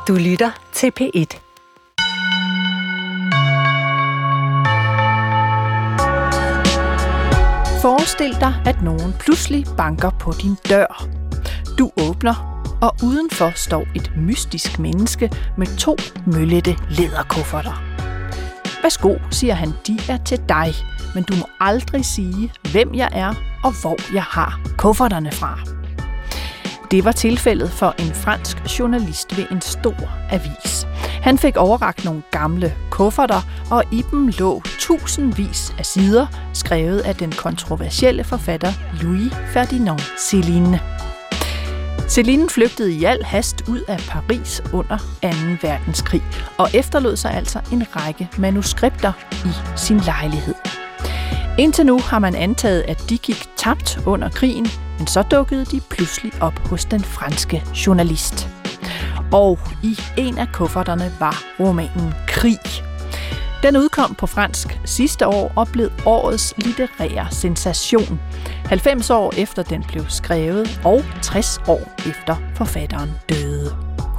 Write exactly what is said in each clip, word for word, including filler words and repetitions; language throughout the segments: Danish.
Du lytter til P et. Forestil dig, at nogen pludselig banker på din dør. Du åbner, og udenfor står et mystisk menneske med to møllette læderkufferter. Værsgo, siger han, de er til dig, men du må aldrig sige, hvem jeg er og hvor jeg har kufferterne fra. Det var tilfældet for en fransk journalist ved en stor avis. Han fik overrakt nogle gamle kufferter, og i dem lå tusindvis af sider, skrevet af den kontroversielle forfatter Louis Ferdinand Céline. Céline flygtede i al hast ud af Paris under anden verdenskrig, og efterlod sig altså en række manuskripter i sin lejlighed. Indtil nu har man antaget, at de gik tabt under krigen, men så dukkede de pludselig op hos den franske journalist. Og i en af kufferterne var romanen Krig. Den udkom på fransk sidste år og blev årets litterære sensation. halvfems år efter den blev skrevet, og tres år efter forfatteren døde.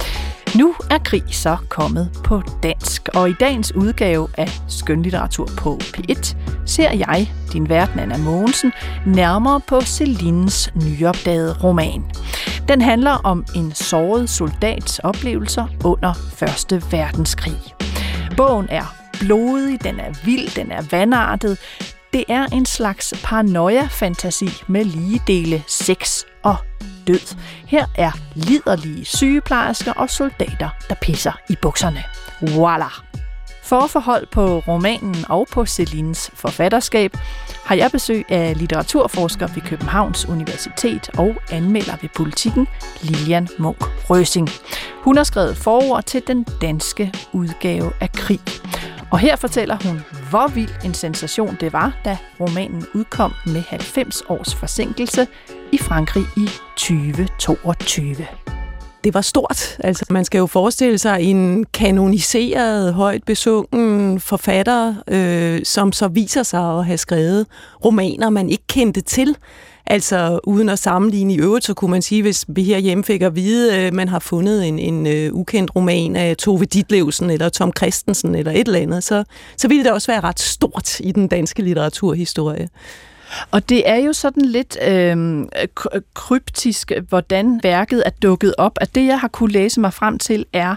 Nu er Krig så kommet på dansk, og i dagens udgave af Skønlitteratur på P et ser jeg, din vært Nanna Mogensen, nærmere på Célines nyopdagede roman. Den handler om en såret soldats oplevelser under første verdenskrig. Bogen er blodig, den er vild, den er vandartet. Det er en slags paranoia-fantasi med lige dele sex og død. Her er liderlige sygeplejersker og soldater, der pisser i bukserne. Voila! For forhold på romanen og på Célines forfatterskab har jeg besøg af litteraturforsker ved Københavns Universitet og anmelder ved Politiken, Lilian Munch-Røsing. Hun har skrevet forord til den danske udgave af Krig. Og her fortæller hun, hvor vild en sensation det var, da romanen udkom med halvfems års forsinkelse i Frankrig i tyve toogtyve. Det var stort. Altså, man skal jo forestille sig en kanoniseret, højt besungen forfatter, øh, som så viser sig at have skrevet romaner, man ikke kendte til. Altså uden at sammenligne i øvrigt, så kunne man sige, hvis vi herhjemme fik at vide, at man har fundet en, en uh, ukendt roman af Tove Ditlevsen eller Tom Christensen eller et eller andet, så, så ville det også være ret stort i den danske litteraturhistorie. Og det er jo sådan lidt øh, kryptisk, hvordan værket er dukket op. At det, jeg har kunne læse mig frem til, er,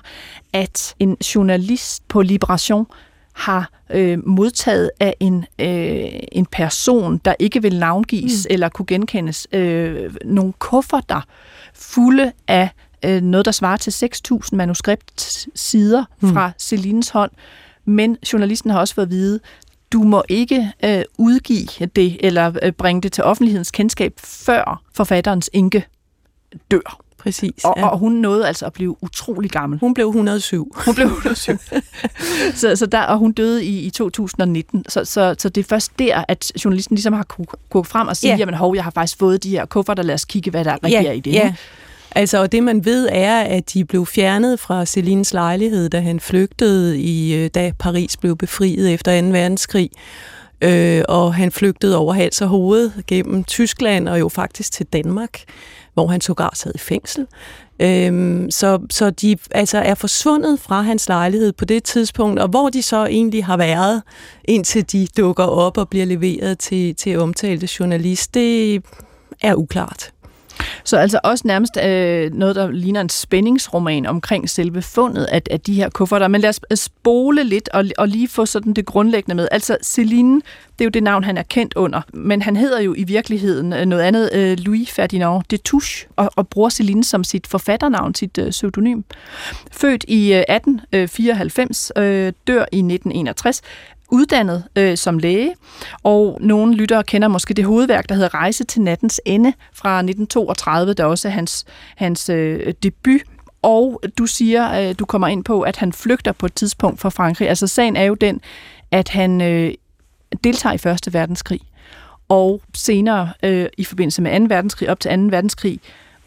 at en journalist på Libération har øh, modtaget af en, øh, en person, der ikke vil navngives mm. eller kunne genkendes, øh, nogle kufferter fulde af øh, noget, der svarer til seks tusind manuskriptsider mm. fra Célines hånd. Men journalisten har også fået at vide, du må ikke øh, udgive det eller øh, bringe det til offentlighedens kendskab, før forfatterens enke dør. Præcis. Og, ja. og hun nåede altså at blive utrolig gammel. Hun blev et hundrede og syv. Hun blev et hundrede og syv. så, så der, og hun døde i, i to tusind og nitten. Så, så, så det er først der, at journalisten ligesom har kunne gå frem og sige, yeah. jamen hov, jeg har faktisk fået de her kufferter, lad os kigge, hvad der yeah. er i det. Yeah. Altså, og det man ved er, at de blev fjernet fra Célines lejlighed, da han flygtede, i, da Paris blev befriet efter anden verdenskrig. Øh, og han flygtede over hals og hoved gennem Tyskland og jo faktisk til Danmark, hvor han sågar sad i fængsel. Øhm, så, så de altså er forsvundet fra hans lejlighed på det tidspunkt, og hvor de så egentlig har været, indtil de dukker op og bliver leveret til, til omtalte journalist, det er uklart. Så altså også nærmest øh, noget, der ligner en spændingsroman omkring selve fundet af, af de her kufferter. Men lad os spole lidt og, og lige få sådan det grundlæggende med. Altså Céline, det er jo det navn, han er kendt under. Men han hedder jo i virkeligheden noget andet, øh, Louis Ferdinand Destouches, og, og bruger Céline som sit forfatternavn, sit øh, pseudonym. Født i øh, atten fireoghalvfems, øh, dør i nitten enogtres. Uddannet øh, som læge, og nogle lyttere kender måske det hovedværk, der hedder Rejse til nattens ende fra nitten toogtredive, der også er hans, hans øh, debut. Og du siger, øh, du kommer ind på, at han flygter på et tidspunkt fra Frankrig. Altså sagen er jo den, at han øh, deltager i første verdenskrig, og senere øh, i forbindelse med anden verdenskrig, op til anden verdenskrig,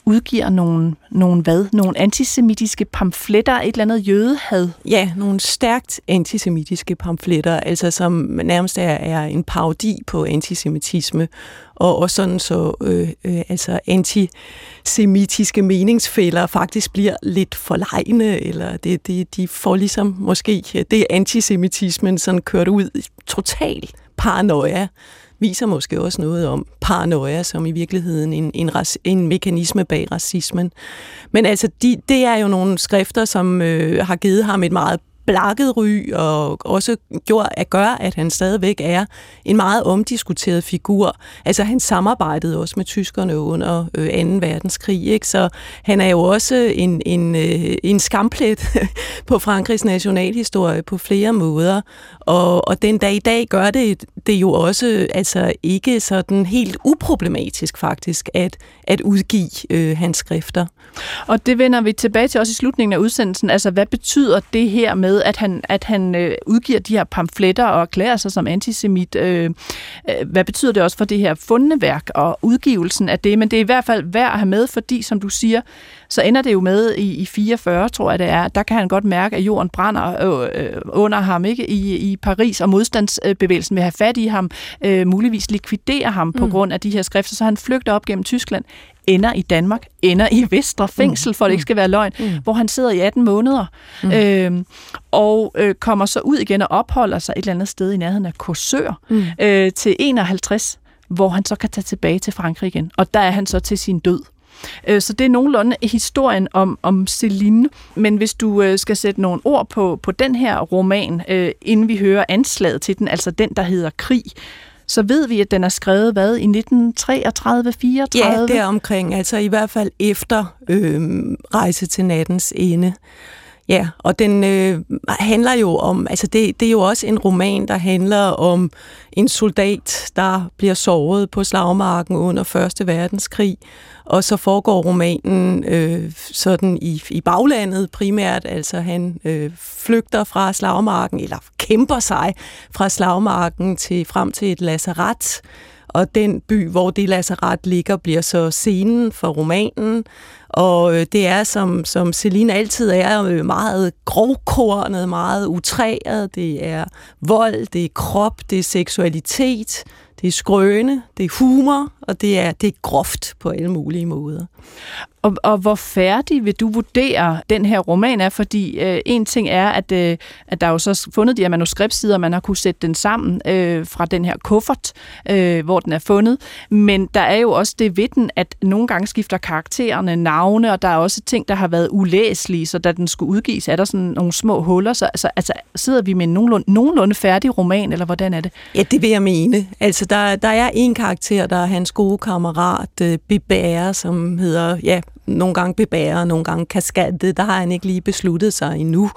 udgiver nogle, nogle hvad? Nogle antisemitiske pamfletter, et eller andet jødehad? Ja, nogle stærkt antisemitiske pamfletter, altså som nærmest er, er en parodi på antisemitisme, og, og sådan så øh, øh, altså antisemitiske meningsfælder faktisk bliver lidt forlegne, eller det, det, de får ligesom måske det antisemitismen sådan kørt ud i total paranoia, viser måske også noget om paranoia, som i virkeligheden en, en, en mekanisme bag racismen. Men altså, de, det er jo nogle skrifter, som øh, har givet ham et meget blakket ry, og også gjort at gøre, at han stadigvæk er en meget omdiskuteret figur. Altså, han samarbejdede også med tyskerne under øh, anden verdenskrig, ikke? Så han er jo også en, en, øh, en skamplet på Frankrigs nationalhistorie på flere måder, og, og den dag i dag gør det, det jo også altså ikke sådan helt uproblematisk faktisk, at, at udgive øh, hans skrifter. Og det vender vi tilbage til også i slutningen af udsendelsen. Altså, hvad betyder det her med, at han, at han øh, udgiver de her pamfletter og erklærer sig som antisemit? Øh, øh, hvad betyder det også for det her fundne værk og udgivelsen af det? Men det er i hvert fald værd at have med, fordi, som du siger, så ender det jo med i, i fireogfyrre, tror jeg det er. Der kan han godt mærke, at jorden brænder øh, under ham, ikke, i, i Paris, og modstandsbevægelsen vil have fat i ham, øh, muligvis likvidere ham på mm. grund af de her skrifter, så han flygter op gennem Tyskland, ender i Danmark, ender i Vestre Fængsel, for det ikke skal være løgn, mm. hvor han sidder i atten måneder, mm. øh, og øh, kommer så ud igen og opholder sig et eller andet sted i nærheden af Korsør mm. øh, til enoghalvtreds, hvor han så kan tage tilbage til Frankrig igen, og der er han så til sin død. Så det er nogenlunde historien om, om Céline. Men hvis du øh, skal sætte nogle ord på, på den her roman, øh, inden vi hører anslaget til den, altså den, der hedder Krig, så ved vi, at den er skrevet, hvad, i nitten treogtredive fireogtredive? Ja, deromkring, altså i hvert fald efter øh, Rejse til nattens ende. Ja, og den øh, handler jo om, altså det, det er jo også en roman, der handler om en soldat, der bliver såret på slagmarken under første verdenskrig, og så foregår romanen øh, sådan i, i baglandet primært, altså han øh, flygter fra slagmarken, eller kæmper sig fra slagmarken til frem til et lazaret, og den by, hvor det lazaret ligger, bliver så scenen for romanen. Og det er, som, som Céline altid er, meget grovkornet, meget utræret. Det er vold, det er krop, det er seksualitet, det er skrøne, det er humor, og det er, det er groft på alle mulige måder. Og, og hvor færdig vil du vurdere, den her roman er? Fordi øh, en ting er, at, øh, at der er jo så fundet de her manuskriptsider, man har kunne sætte den sammen øh, fra den her kuffert, øh, hvor den er fundet. Men der er jo også det ved den, at nogle gange skifter karaktererne navne, og der er også ting, der har været ulæselige, så da den skulle udgives, er der sådan nogle små huller. Så altså, altså, sidder vi med en nogenlunde, nogenlunde færdig roman, eller hvordan er det? Ja, det vil jeg mene. Altså, der, der er en karakter, der er hans gode kammerat, øh, Bibert, som hedder, ja, nogle gange Bibert, nogle gange Cascade. Der har han ikke lige besluttet sig endnu.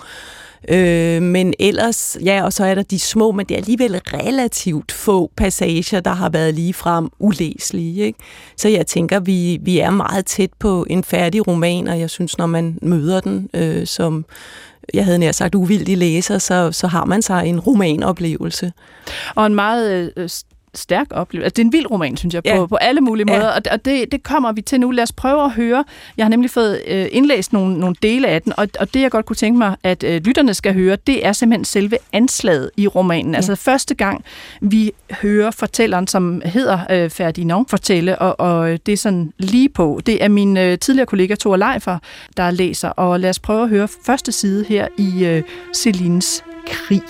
Øh, men ellers, ja, og så er der de små, men det er alligevel relativt få passager, der har været ligefrem ulæselige, ikke? Så jeg tænker, vi, vi er meget tæt på en færdig roman, og jeg synes, når man møder den, øh, som jeg havde nær sagt uvildig læser, så, så har man sig en romanoplevelse. Og en meget øh, stærk oplevelse. Altså, det er en vild roman, synes jeg, på, ja. på alle mulige måder, ja. og, og det, det kommer vi til nu. Lad os prøve at høre. Jeg har nemlig fået øh, indlæst nogle, nogle dele af den, og, og det, jeg godt kunne tænke mig, at øh, lytterne skal høre, det er simpelthen selve anslaget i romanen. Ja. Altså første gang, vi hører fortælleren, som hedder øh, Ferdinand, fortælle, og, og det er sådan lige på. Det er min øh, tidligere kollega, Thor Leifer, der læser, og lad os prøve at høre første side her i øh, Célines Krig.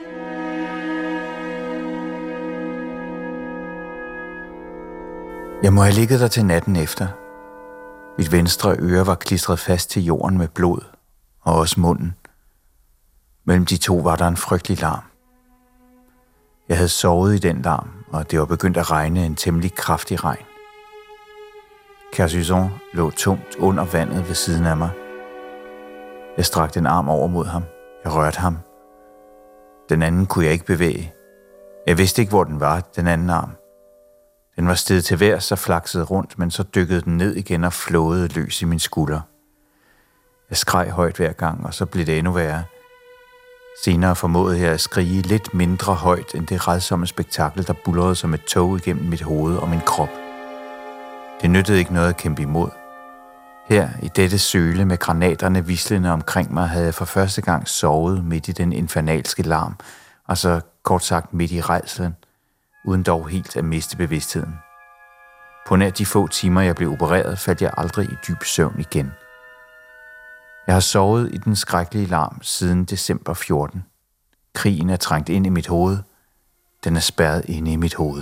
Jeg må have ligget der til natten efter. Mit venstre øre var klistret fast til jorden med blod, og også munden. Mellem de to var der en frygtelig larm. Jeg havde sovet i den larm, og det var begyndt at regne en temmelig kraftig regn. Kersuzon lå tungt under vandet ved siden af mig. Jeg strakte en arm over mod ham. Jeg rørte ham. Den anden kunne jeg ikke bevæge. Jeg vidste ikke, hvor den var, den anden arm. Den var steget til værs og flaksede rundt, men så dykkede den ned igen og flåede løs i min skulder. Jeg skreg højt hver gang, og så blev det endnu værre. Senere formåede jeg at skrige lidt mindre højt end det rædsomme spektakel, der buldrede som et tog igennem mit hoved og min krop. Det nyttede ikke noget at kæmpe imod. Her i dette søle med granaterne vislende omkring mig, havde jeg for første gang sovet midt i den infernalske larm, og så kort sagt midt i rædslen, uden dog helt at miste bevidstheden. På nær de få timer, jeg blev opereret, faldt jeg aldrig i dyb søvn igen. Jeg har sovet i den skrækkelige larm siden december fjorten. Krigen er trængt ind i mit hoved. Den er spærret inde i mit hoved.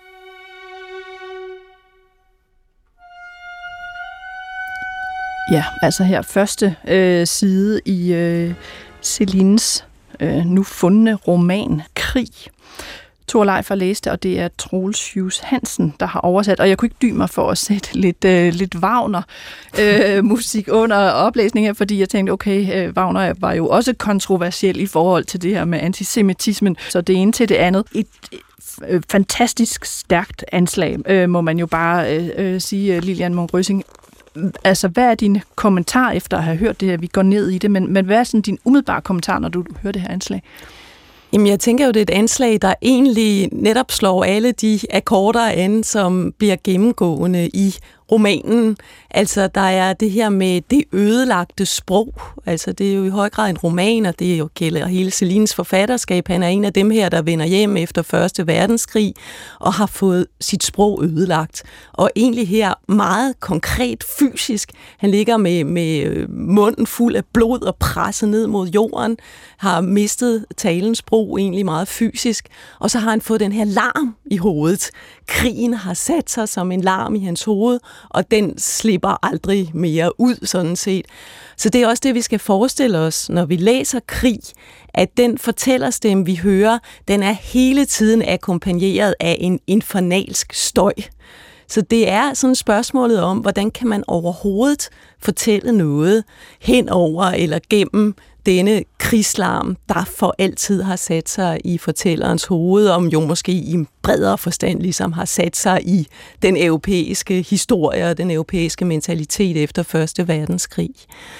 Ja, altså her første øh, side i øh, Celines øh, nu fundne roman, Krig. Thor Leif har læst det, og det er Troels Hughes Hansen, der har oversat. Og jeg kunne ikke dy mig for at sætte lidt, øh, lidt Wagner-musik øh, under oplæsningen her, fordi jeg tænkte, okay, øh, Wagner var jo også kontroversiel i forhold til det her med antisemitismen. Så det ene til det andet. Et øh, fantastisk stærkt anslag, øh, må man jo bare øh, øh, sige, Lilian Monrøsing. Altså, hvad er din kommentar efter at have hørt det her? Vi går ned i det, men, men hvad er sådan din umiddelbare kommentar, når du hører det her anslag? Jamen, jeg tænker jo, det er et anslag, der egentlig netop slår alle de akkorder an, som bliver gennemgående i romanen. Altså, der er det her med det ødelagte sprog. Altså, det er jo i høj grad en roman, og det er jo gælder hele Celines forfatterskab. Han er en af dem her, der vender hjem efter første verdenskrig og har fået sit sprog ødelagt. Og egentlig her meget konkret fysisk. Han ligger med, med munden fuld af blod og presset ned mod jorden, har mistet talens sprog egentlig meget fysisk, og så har han fået den her larm i hovedet. Krigen har sat sig som en larm i hans hoved, og den slipper aldrig mere ud, sådan set. Så det er også det, vi skal forestille os, når vi læser Krig, at den fortællerstemme, vi hører, den er hele tiden akkompagneret af en infernalsk støj. Så det er sådan spørgsmålet om, hvordan kan man overhovedet fortælle noget henover eller gennem denne krigslarm, der for altid har sat sig i fortællerens hoved, om jo måske i en bredere forstand ligesom har sat sig i den europæiske historie og den europæiske mentalitet efter første verdenskrig.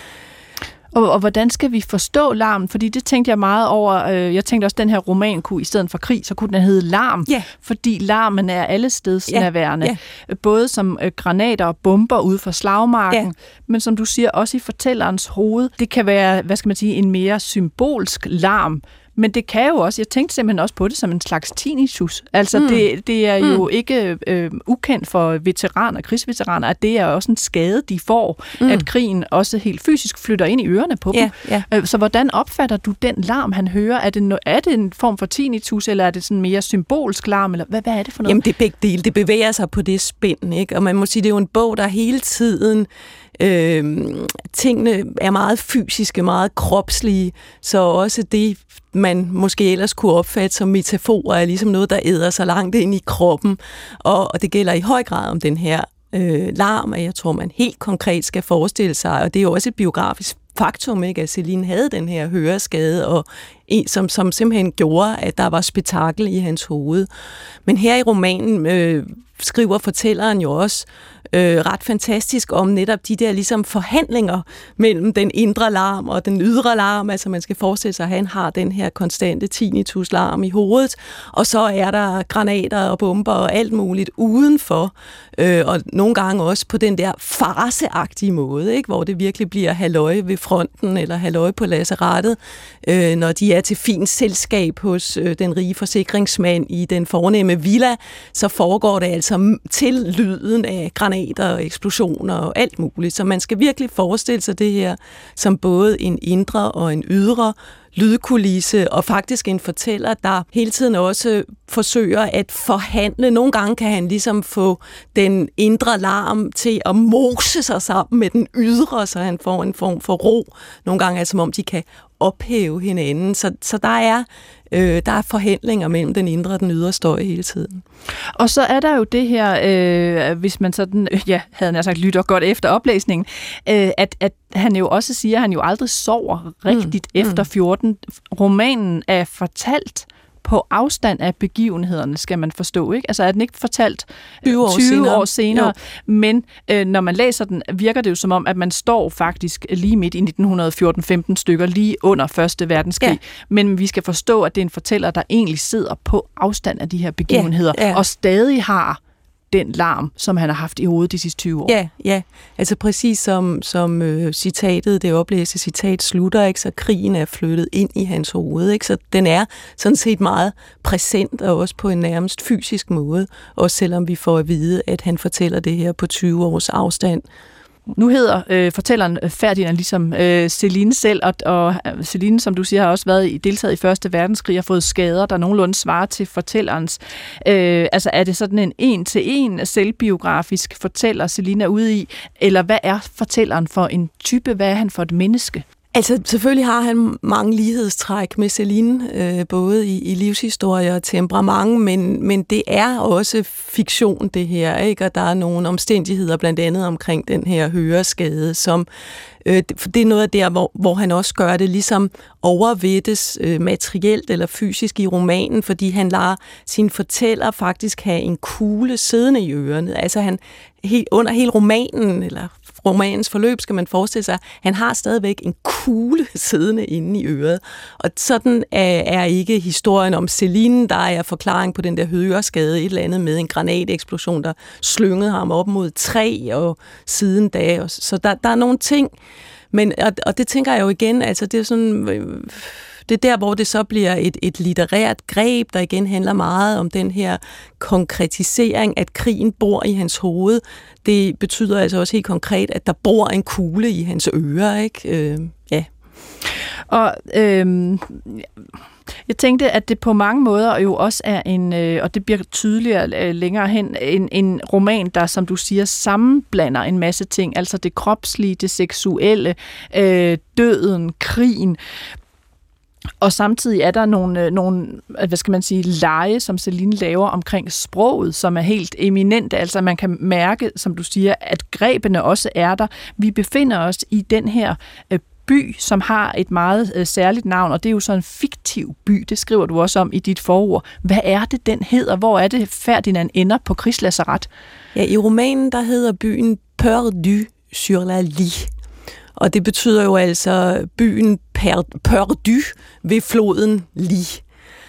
Og, og hvordan skal vi forstå larmen? Fordi det tænkte jeg meget over. Øh, jeg tænkte også, at den her roman kunne, i stedet for Krig, så kunne den hedde Larm. Yeah. Fordi larmen er allestedsnærværende. Yeah. Yeah. Både som øh, granater og bomber ude for slagmarken, yeah. men som du siger, også i fortællerens hoved. Det kan være, hvad skal man sige, en mere symbolsk larm. Men det kan jo også, jeg tænkte simpelthen også på det som en slags tinnitus. Altså mm. det, det er jo mm. ikke øh, ukendt for veteraner, krigsveteraner, at det er også en skade, de får, mm. at krigen også helt fysisk flytter ind i ørerne på dem. Yeah, yeah. Så hvordan opfatter du den larm, han hører? Er det, no, er det en form for tinnitus, eller er det sådan mere symbolsk larm? Eller hvad, hvad er det for noget? Jamen det er begge dele. Det bevæger sig på det spænd, ikke? Og man må sige, det er jo en bog, der hele tiden Øh, tingene er meget fysiske, meget kropslige, så også det, man måske ellers kunne opfatte som metaforer, er ligesom noget, der æder sig langt ind i kroppen, og, og det gælder i høj grad om den her øh, larm, og jeg tror, man helt konkret skal forestille sig, og det er jo også et biografisk faktum, ikke, at Celine havde den her høreskade, og en, som, som simpelthen gjorde, at der var spektakel i hans hoved. Men her i romanen øh, skriver fortælleren jo også øh, ret fantastisk om netop de der ligesom forhandlinger mellem den indre larm og den ydre larm. Altså man skal forestille sig, at han har den her konstante tinnitus-larm i hovedet, og så er der granater og bomber og alt muligt udenfor, øh, og nogle gange også på den der farseagtige måde, ikke? Hvor det virkelig bliver halløj ved fronten eller halløj på lazarettet, øh, når de er til fint selskab hos øh, den rige forsikringsmand i den fornemme villa, så foregår det altså til lyden af granater og eksplosioner og alt muligt. Så man skal virkelig forestille sig det her som både en indre og en ydre lydkulisse, og faktisk en fortæller, der hele tiden også forsøger at forhandle. Nogle gange kan han ligesom få den indre larm til at mose sig sammen med den ydre, så han får en form for ro. Nogle gange er det som om, de kan ophæve hinanden. Så, så der er øh, der er forhandlinger mellem den indre og den ydre støj hele tiden. Og så er der jo det her, øh, hvis man sådan, ja, havde jeg sagt, lytter godt efter oplæsningen, øh, at, at han jo også siger, at han jo aldrig sover rigtigt mm, efter fjorten. Romanen er fortalt på afstand af begivenhederne, skal man forstå, ikke? Altså er den ikke fortalt tyve år tyve senere, år senere men øh, når man læser den, virker det jo som om, at man står faktisk lige midt i nitten fjorten femten stykker, lige under første verdenskrig. Ja. Men vi skal forstå, at det er en fortæller, der egentlig sidder på afstand af de her begivenheder, ja, ja. og stadig har den larm, som han har haft i hovedet de sidste tyve år. Ja, ja. Altså præcis som, som øh, citatet, det oplæste citat slutter, ikke? Så krigen er flyttet ind i hans hoved. Ikke? Så den er sådan set meget præsent, og også på en nærmest fysisk måde, også selvom vi får at vide, at han fortæller det her på tyve års afstand. Nu hedder øh, fortælleren Ferdinand ligesom øh, Celine selv, og, og Celine, som du siger, har også været i, deltaget i Første Verdenskrig og fået skader, der nogenlunde svarer til fortællerens. Øh, altså er det sådan en en-til-en selvbiografisk fortæller, Celine er ude i, eller hvad er fortælleren for en type? Hvad er han for et menneske? Altså selvfølgelig har han mange lighedstræk med Celine, øh, både i, i livshistorie og temperament, men, men det er også fiktion det her, ikke? Og der er nogle omstændigheder blandt andet omkring den her høreskade, som øh, det er noget af der, hvor, hvor han også gør det ligesom overvættes øh, materielt eller fysisk i romanen, fordi han lader sin fortæller faktisk have en kugle siddende i ørerne. Altså han helt, under hele romanen, eller romanens forløb, skal man forestille sig, han har stadigvæk en kugle siddende inde i øret. Og sådan er, er ikke historien om Celine, der er forklaring på den der høreskade, et eller andet med en granateksplosion, der slyngede ham op mod træ og siden da. Så der, der er nogle ting, men, og, og det tænker jeg jo igen, altså det er sådan... Øh, Det er der, hvor det så bliver et, et litterært greb, der igen handler meget om den her konkretisering, at krigen bor i hans hoved. Det betyder altså også helt konkret, at der bor en kugle i hans ører, ikke? Øh, ja. Og øhm, jeg tænkte, at det på mange måder jo også er en, øh, og det bliver tydeligere øh, længere hen, en, en roman, der, som du siger, sammenblander en masse ting, altså det kropslige, det seksuelle, øh, døden, krigen. Og samtidig er der nogle, nogle, hvad skal man sige, lege, som Celine laver omkring sproget, som er helt eminent. Altså man kan mærke, som du siger, at grebene også er der. Vi befinder os i den her øh, by, som har et meget øh, særligt navn, og det er jo så en fiktiv by. Det skriver du også om i dit forord. Hvad er det, den hedder? Hvor er det, Ferdinand ender på krigslazaret? Ja, i romanen, der hedder byen Perdu sur la Lie. Og det betyder jo altså byen Perdu ved floden Lie.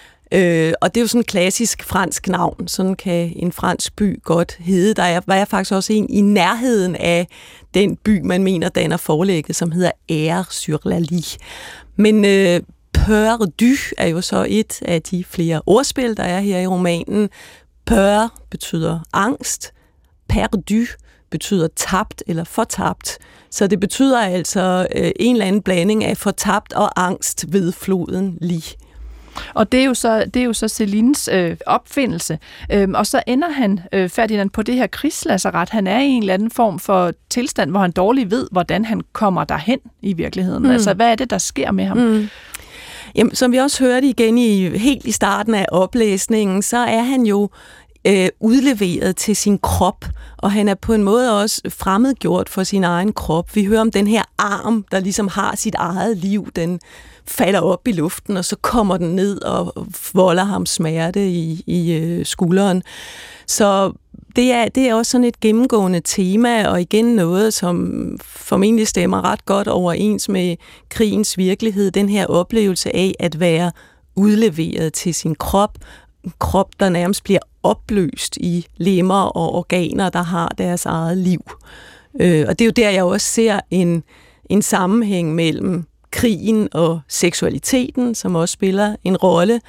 Øh, og det er jo sådan en klassisk fransk navn. Sådan kan en fransk by godt hedde. Der er, var jeg faktisk også en i nærheden af den by, man mener danner forlægget, som hedder Aire-sur-la-Lie. Men øh, Perdu er jo så et af de flere ordspil, der er her i romanen. Peur betyder angst. Perdu betyder tabt eller fortabt. Så det betyder altså øh, en eller anden blanding af fortabt og angst ved floden Lie. Og det er jo så, det er jo så Celines øh, opfindelse. Øhm, og så ender han, øh, Ferdinand, på det her krigslazaret. Han er i en eller anden form for tilstand, hvor han dårligt ved, hvordan han kommer derhen i virkeligheden. Mm. Altså, hvad er det, der sker med ham? Mm. Jamen, som vi også hørte igen i helt i starten af oplæsningen, så er han jo øh, udleveret til sin krop, og han er på en måde også fremmedgjort for sin egen krop. Vi hører om den her arm, der ligesom har sit eget liv. Den falder op i luften, og så kommer den ned og volder ham smerte i, i øh, skulderen. Så det er, det er også sådan et gennemgående tema, og igen noget, som formentlig stemmer ret godt overens med krigens virkelighed. Den her oplevelse af at være udleveret til sin krop, en krop, der nærmest bliver opløst i lemmer og organer, der har deres eget liv. Øh, og det er jo der, jeg også ser en, en sammenhæng mellem krigen og seksualiteten, som også spiller en rolle.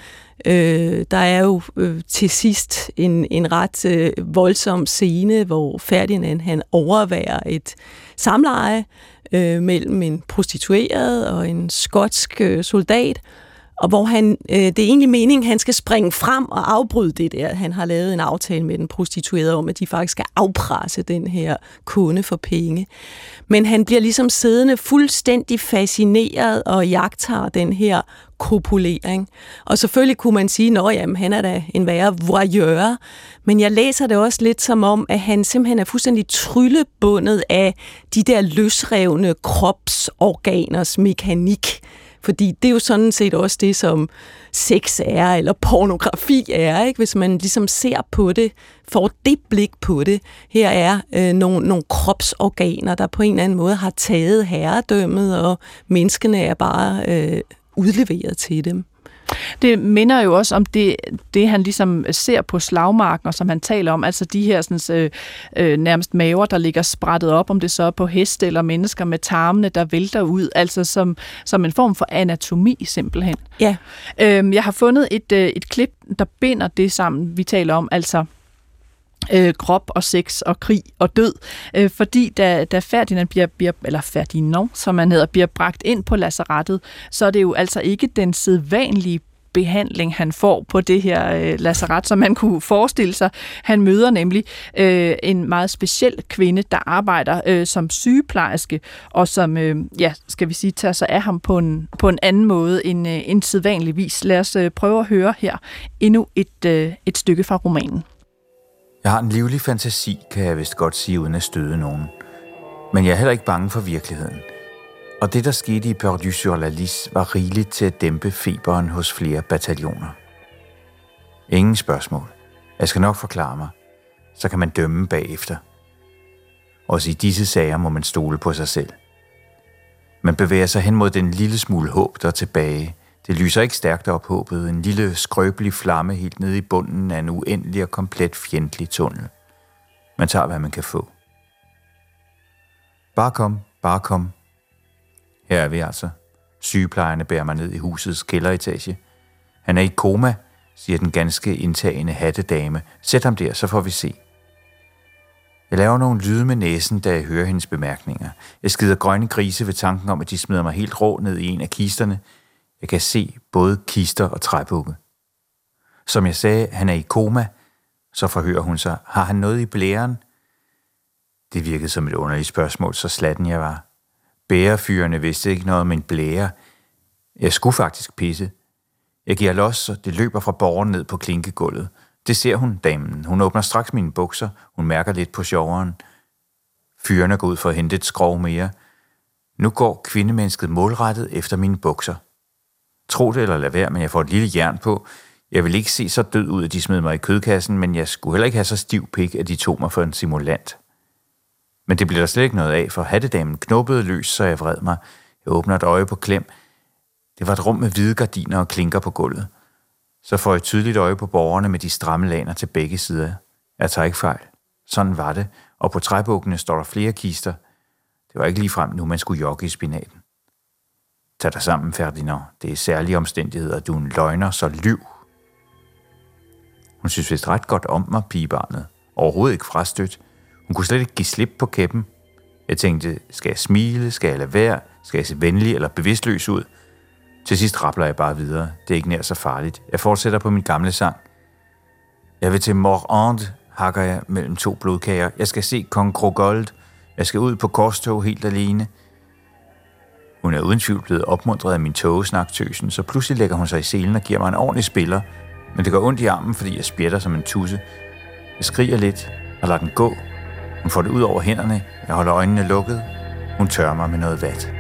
Øh, der er jo øh, til sidst en, en ret øh, voldsom scene, hvor Ferdinand han overværer et samleje øh, mellem en prostitueret og en skotsk øh, soldat, og hvor han, øh, det er egentlig meningen, at han skal springe frem og afbryde det der. Han har lavet en aftale med den prostituerede om, at de faktisk skal afpresse den her kunde for penge. Men han bliver ligesom siddende fuldstændig fascineret og jagter den her kopulering. Og selvfølgelig kunne man sige, at han er da en værre voyeur, men jeg læser det også lidt som om, at han simpelthen er fuldstændig tryllebundet af de der løsrevne kropsorganers mekanik. Fordi det er jo sådan set også det, som sex er, eller pornografi er, ikke? Hvis man ligesom ser på det, får det blik på det. Her er øh, nogle, nogle kropsorganer, der på en eller anden måde har taget herredømmet, og menneskene er bare øh, udleveret til dem. Det minder jo også om det, det han ligesom ser på slagmarken, og som han taler om, altså de her sådan, øh, øh, nærmest maver, der ligger sprættet op, om det så er på heste eller mennesker med tarmene, der vælter ud, altså som, som en form for anatomi simpelthen. Ja. Øhm, jeg har fundet et, øh, et klip, der binder det sammen, vi taler om, altså Øh, krop og sex og krig og død, øh, fordi da, da Ferdinand bliver, bliver, eller Ferdinand, som han hedder, bliver bragt ind på lazarettet, så er det jo altså ikke den sædvanlige behandling, han får på det her øh, lazaret, som man kunne forestille sig. Han møder nemlig øh, en meget speciel kvinde, der arbejder øh, som sygeplejerske, og som, øh, ja, skal vi sige, tager sig af ham på en, på en anden måde end, øh, end sædvanligvis. Lad os øh, prøve at høre her endnu et, øh, et stykke fra romanen. Jeg har en livlig fantasi, kan jeg vist godt sige, uden at støde nogen. Men jeg er heller ikke bange for virkeligheden. Og det, der skete i Perdu sur la Lys, var rigeligt til at dæmpe feberen hos flere bataljoner. Ingen spørgsmål. Jeg skal nok forklare mig. Så kan man dømme bagefter. Også i disse sager må man stole på sig selv. Man bevæger sig hen mod den lille smule håb, der er tilbage. Det lyser ikke stærkt op håbet, en lille skrøbelig flamme helt nede i bunden af en uendelig og komplet fjendtlig tunnel. Man tager, hvad man kan få. Bare kom, bare kom. Her er vi altså. Sygeplejerne bærer mig ned i husets kælderetage. Han er i koma, siger den ganske indtagende hattedame. Sæt ham der, så får vi se. Jeg laver nogle lyde med næsen, da jeg hører hendes bemærkninger. Jeg skider grønne grise ved tanken om, at de smider mig helt rå ned i en af kisterne. Jeg kan se både kister og træbukke. Som jeg sagde, han er i koma, så forhører hun sig. Har han noget i blæren? Det virkede som et underligt spørgsmål, så slatten jeg var. Bærefyrene vidste ikke noget om en blære. Jeg skulle faktisk pisse. Jeg giver los, og det løber fra borgeren ned på klinkegulvet. Det ser hun, damen. Hun åbner straks mine bukser. Hun mærker lidt på sjoveren. Fyrene går ud for at hente et skrov mere. Nu går kvindemennesket målrettet efter mine bukser. Tro det eller lad være, men jeg får et lille jern på. Jeg vil ikke se så død ud, at de smed mig i kødkassen, men jeg skulle heller ikke have så stiv pik, at de tog mig for en simulant. Men det bliver der slet ikke noget af, for hattedamen knuppede løs, så jeg vred mig. Jeg åbner et øje på klem. Det var et rum med hvide gardiner og klinker på gulvet. Så får jeg tydeligt øje på borgerne med de stramme laner til begge sider. Jeg tager ikke fejl. Sådan var det, og på træbukkene står der flere kister. Det var ikke ligefrem nu, man skulle jogge i spinaten. Tag dig sammen, Ferdinand. Det er særlige omstændigheder. Du er en løgner, så lyv. Hun synes vist ret godt om mig, pigebarnet. Overhovedet ikke frastødt. Hun kunne slet ikke give slip på kæppen. Jeg tænkte, skal jeg smile? Skal jeg lade være? Skal jeg se venlig eller bevidstløs ud? Til sidst rappler jeg bare videre. Det er ikke nær så farligt. Jeg fortsætter på min gamle sang. Jeg vil til Morand, hakker jeg mellem to blodkager. Jeg skal se Kong Krogold. Jeg skal ud på korstog helt alene. Hun er uden tvivl blevet opmuntret af min togesnaktøsen, så pludselig lægger hun sig i selen og giver mig en ordentlig spiller. Men det gør ondt i armen, fordi jeg spjætter som en tusse. Jeg skriger lidt og lader den gå. Hun får det ud over hænderne. Jeg holder øjnene lukket. Hun tørrer mig med noget vat.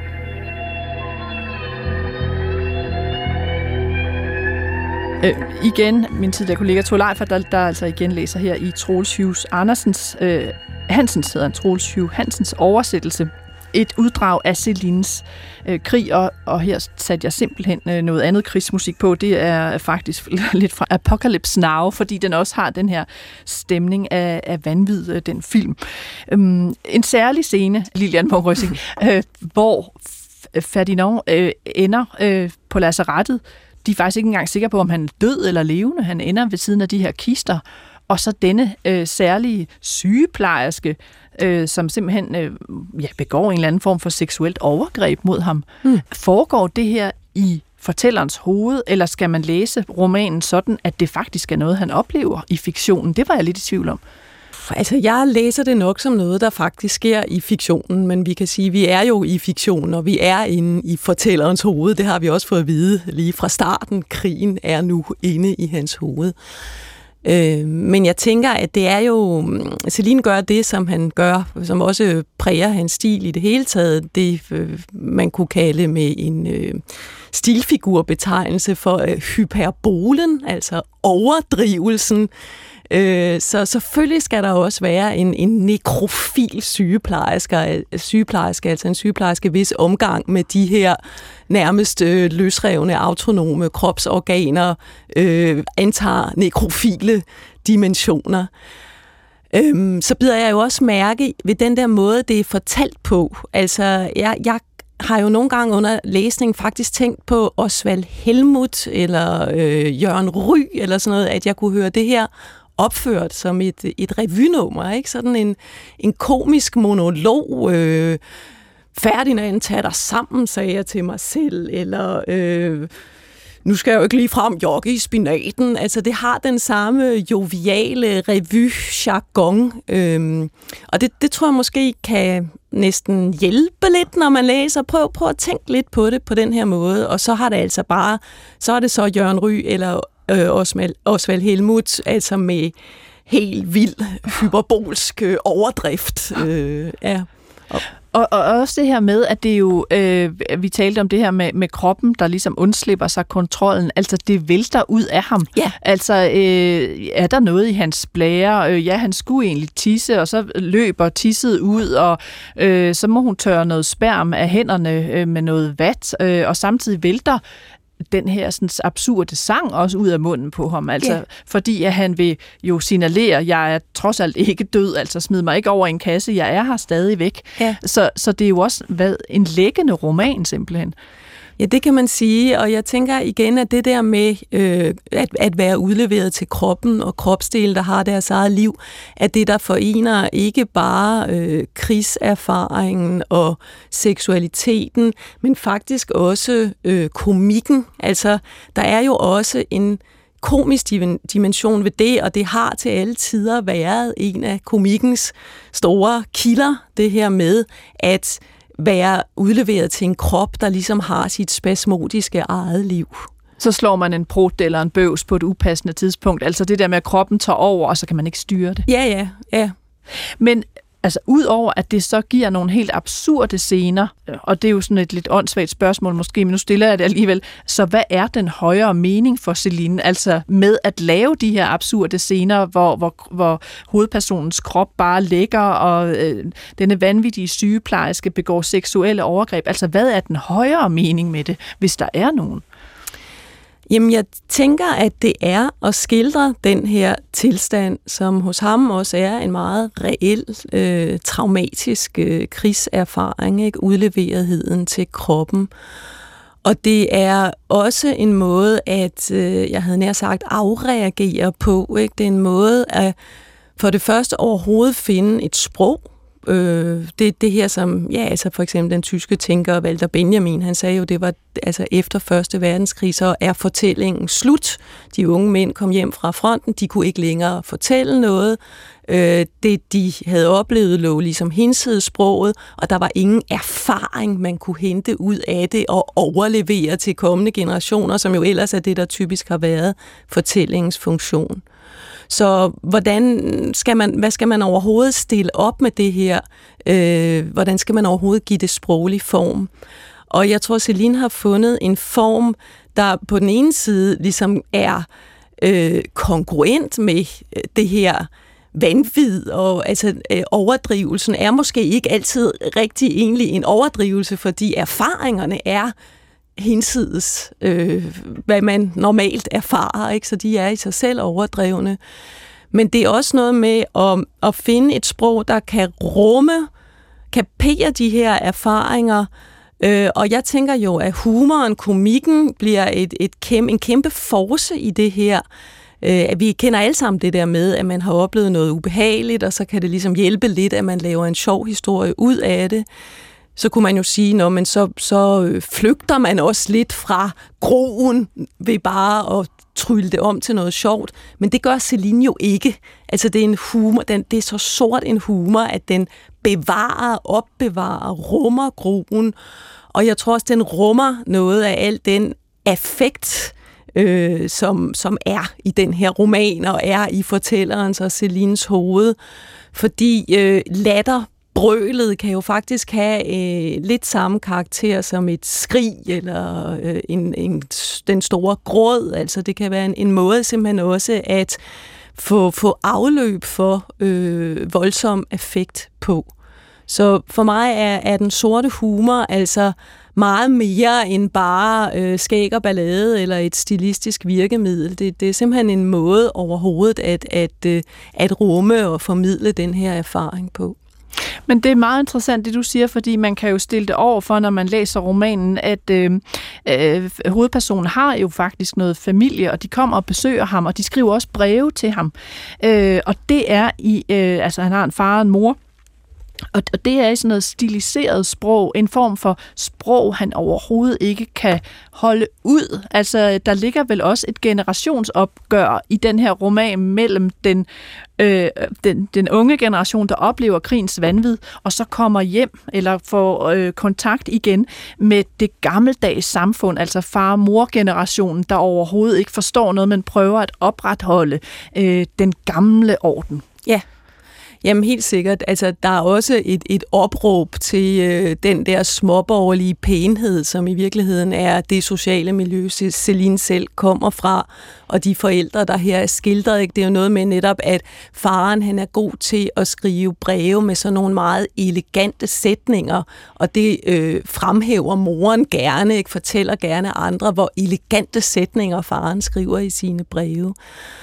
Øh, igen, min tidligere kollega Thor Leifert, der, der altså igen læser her i Troels Hughes Andersens, øh, Hansens hedder han, Troels Hughes Hansens oversættelse. Et uddrag af Célines øh, krig, og, og her satte jeg simpelthen øh, noget andet krigsmusik på. Det er faktisk lidt fra Apocalypse Now, fordi den også har den her stemning af, af vanvid, øh, den film. Øhm, en særlig scene, Lilian Morrissing, øh, hvor Ferdinand øh, ender øh, på lazarettet. De er faktisk ikke engang sikre på, om han er død eller levende. Han ender ved siden af de her kister. Og så denne øh, særlige sygeplejerske, øh, som simpelthen øh, ja, begår en eller anden form for seksuelt overgreb mod ham. Mm. Foregår det her i fortællerens hoved, eller skal man læse romanen sådan, at det faktisk er noget, han oplever i fiktionen? Det var jeg lidt i tvivl om. Altså, jeg læser det nok som noget, der faktisk sker i fiktionen, men vi kan sige, at vi er jo i fiktion, og vi er inde i fortællerens hoved. Det har vi også fået at vide lige fra starten. Krigen er nu inde i hans hoved. Øh, men jeg tænker, at det er jo... Céline gør det, som han gør, som også præger hans stil i det hele taget. Det, øh, man kunne kalde med en øh, stilfigurbetegnelse for øh, hyperbolen, altså overdrivelsen. Øh, så selvfølgelig skal der også være en, en nekrofil sygeplejerske, sygeplejerske, altså en sygeplejerske, hvis omgang med de her nærmest øh, løsrevne, autonome kropsorganer øh, antager nekrofile dimensioner. Øhm, så bider jeg jo også mærke ved den der måde, det er fortalt på. Altså, jeg, jeg har jo nogle gange under læsningen faktisk tænkt på Osvald Helmuth eller øh, Jørgen Ryg eller sådan noget, at jeg kunne høre det her opført som et, et revynummer, ikke? Sådan en, en komisk monolog. Øh, Ferdinand, tag dig sammen, sagde jeg til mig selv, eller øh, nu skal jeg jo ikke lige frem jogge i spinaten. Altså, det har den samme joviale revy-jargon, øhm, og det, det tror jeg måske kan næsten hjælpe lidt, når man læser. Prøv, prøv at tænke lidt på det på den her måde, og så har det altså bare, så er det så Jørgen Ryg eller øh, Osvald, Osvald Helmuth, altså med helt vild hyperbolsk øh, overdrift. Øh, ja. Og Og, og også det her med, at det jo, øh, vi talte om det her med, med kroppen, der ligesom undslipper sig kontrollen, altså det vælter ud af ham. Ja. Altså øh, er der noget i hans blære? Øh, ja, han skulle egentlig tisse, og så løber tisset ud, og øh, så må hun tørre noget sperm af hænderne øh, med noget vat, øh, og samtidig vælter den her sådan absurde sang også ud af munden på ham, altså yeah. fordi at han vil jo signalere, jeg er trods alt ikke død, altså smid mig ikke over en kasse, jeg er her stadigvæk. Yeah. Så, så det er jo også hvad, en lækkende roman simpelthen. Ja, det kan man sige, og jeg tænker igen, at det der med øh, at, at være udleveret til kroppen og kropsdele, der har deres eget liv, at det, der forener ikke bare øh, krigserfaringen og seksualiteten, men faktisk også øh, komikken. Altså, der er jo også en komisk dimension ved det, og det har til alle tider været en af komikkens store kilder, det her med, at være udleveret til en krop, der ligesom har sit spasmodiske eget liv. Så slår man en prut eller en bøvs på et upassende tidspunkt. Altså det der med, at kroppen tager over, og så kan man ikke styre det. Ja, ja, ja. Men altså udover at det så giver nogle helt absurde scener, og det er jo sådan et lidt åndssvagt spørgsmål måske, men nu stiller jeg det alligevel, så hvad er den højere mening for Celine, altså med at lave de her absurde scener, hvor, hvor, hvor hovedpersonens krop bare ligger, og øh, denne vanvittige sygeplejerske begår seksuelle overgreb, altså hvad er den højere mening med det, hvis der er nogen? Jamen, jeg tænker, at det er at skildre den her tilstand, som hos ham også er en meget reel, øh, traumatisk øh, krigserfaring, ikke? Udleveretheden til kroppen. Og det er også en måde, at øh, jeg havde nær sagt afreagere på, ikke? Det er en måde at for det første overhovedet finde et sprog. Øh, det det her som, ja, altså for eksempel den tyske tænker Walter Benjamin, han sagde jo, det var altså efter første verdenskrig, så er fortællingen slut. De unge mænd kom hjem fra fronten, de kunne ikke længere fortælle noget. Øh, det de havde oplevet lå ligesom hinsides sproget, og der var ingen erfaring, man kunne hente ud af det og overlevere til kommende generationer, som jo ellers er det, der typisk har været fortællingens funktion. Så hvordan skal man, hvad skal man overhovedet stille op med det her? Øh, hvordan skal man overhovedet give det sproglig form? Og jeg tror, Celine har fundet en form, der på den ene side ligesom er øh, kongruent med det her vanvid, og altså øh, overdrivelsen er måske ikke altid rigtig egentlig en overdrivelse, fordi erfaringerne er hinsides, øh, hvad man normalt erfarer, ikke? Så de er i sig selv overdrevne. Men det er også noget med at, at finde et sprog, der kan rumme, kapere de her erfaringer, øh, og jeg tænker jo, at humoren, komikken bliver et, et kæmpe, en kæmpe force i det her. Øh, vi kender alle sammen det der med, at man har oplevet noget ubehageligt, og så kan det ligesom hjælpe lidt, at man laver en sjov historie ud af det. Så kunne man jo sige, når man så, så flygter man også lidt fra groen ved bare at trylle det om til noget sjovt. Men det gør Celine jo ikke. Altså det er en humor, den, det er så sort en humor, at den bevarer, opbevarer, rummer groen. Og jeg tror også, den rummer noget af al den affekt, øh, som, som er i den her roman, og er i fortællerens og Celines hoved. Fordi øh, latter brølet kan jo faktisk have øh, lidt samme karakter som et skrig eller øh, en, en, den store gråd. Altså det kan være en, en måde simpelthen også at få, få afløb for øh, voldsom affekt på. Så for mig er, er den sorte humor altså meget mere end bare øh, skæg og ballade eller et stilistisk virkemiddel. Det, det er simpelthen en måde overhovedet at, at, at, at rumme og formidle den her erfaring på. Men det er meget interessant, det du siger, fordi man kan jo stille det over for, når man læser romanen, at øh, øh, hovedpersonen har jo faktisk noget familie, og de kommer og besøger ham, og de skriver også breve til ham. Øh, og det er i, øh, altså han har en far og en mor, og det er i sådan noget stiliseret sprog, en form for sprog, han overhovedet ikke kan holde ud. Altså, der ligger vel også et generationsopgør i den her roman mellem den, øh, den, den unge generation, der oplever krigens vanvid, og så kommer hjem eller får øh, kontakt igen med det gammeldags samfund, altså far-mor-generationen, der overhovedet ikke forstår noget, men prøver at opretholde øh, den gamle orden. Ja. Jamen helt sikkert. Altså, der er også et, et opråb til øh, den der småborgerlige pænhed, som i virkeligheden er det sociale miljø, Celine selv kommer fra, og de forældre, der her er skildret. Ikke? Det er jo noget med netop, at faren han er god til at skrive breve med sådan nogle meget elegante sætninger, og det øh, fremhæver moren gerne, ikke? Fortæller gerne andre, hvor elegante sætninger faren skriver i sine breve.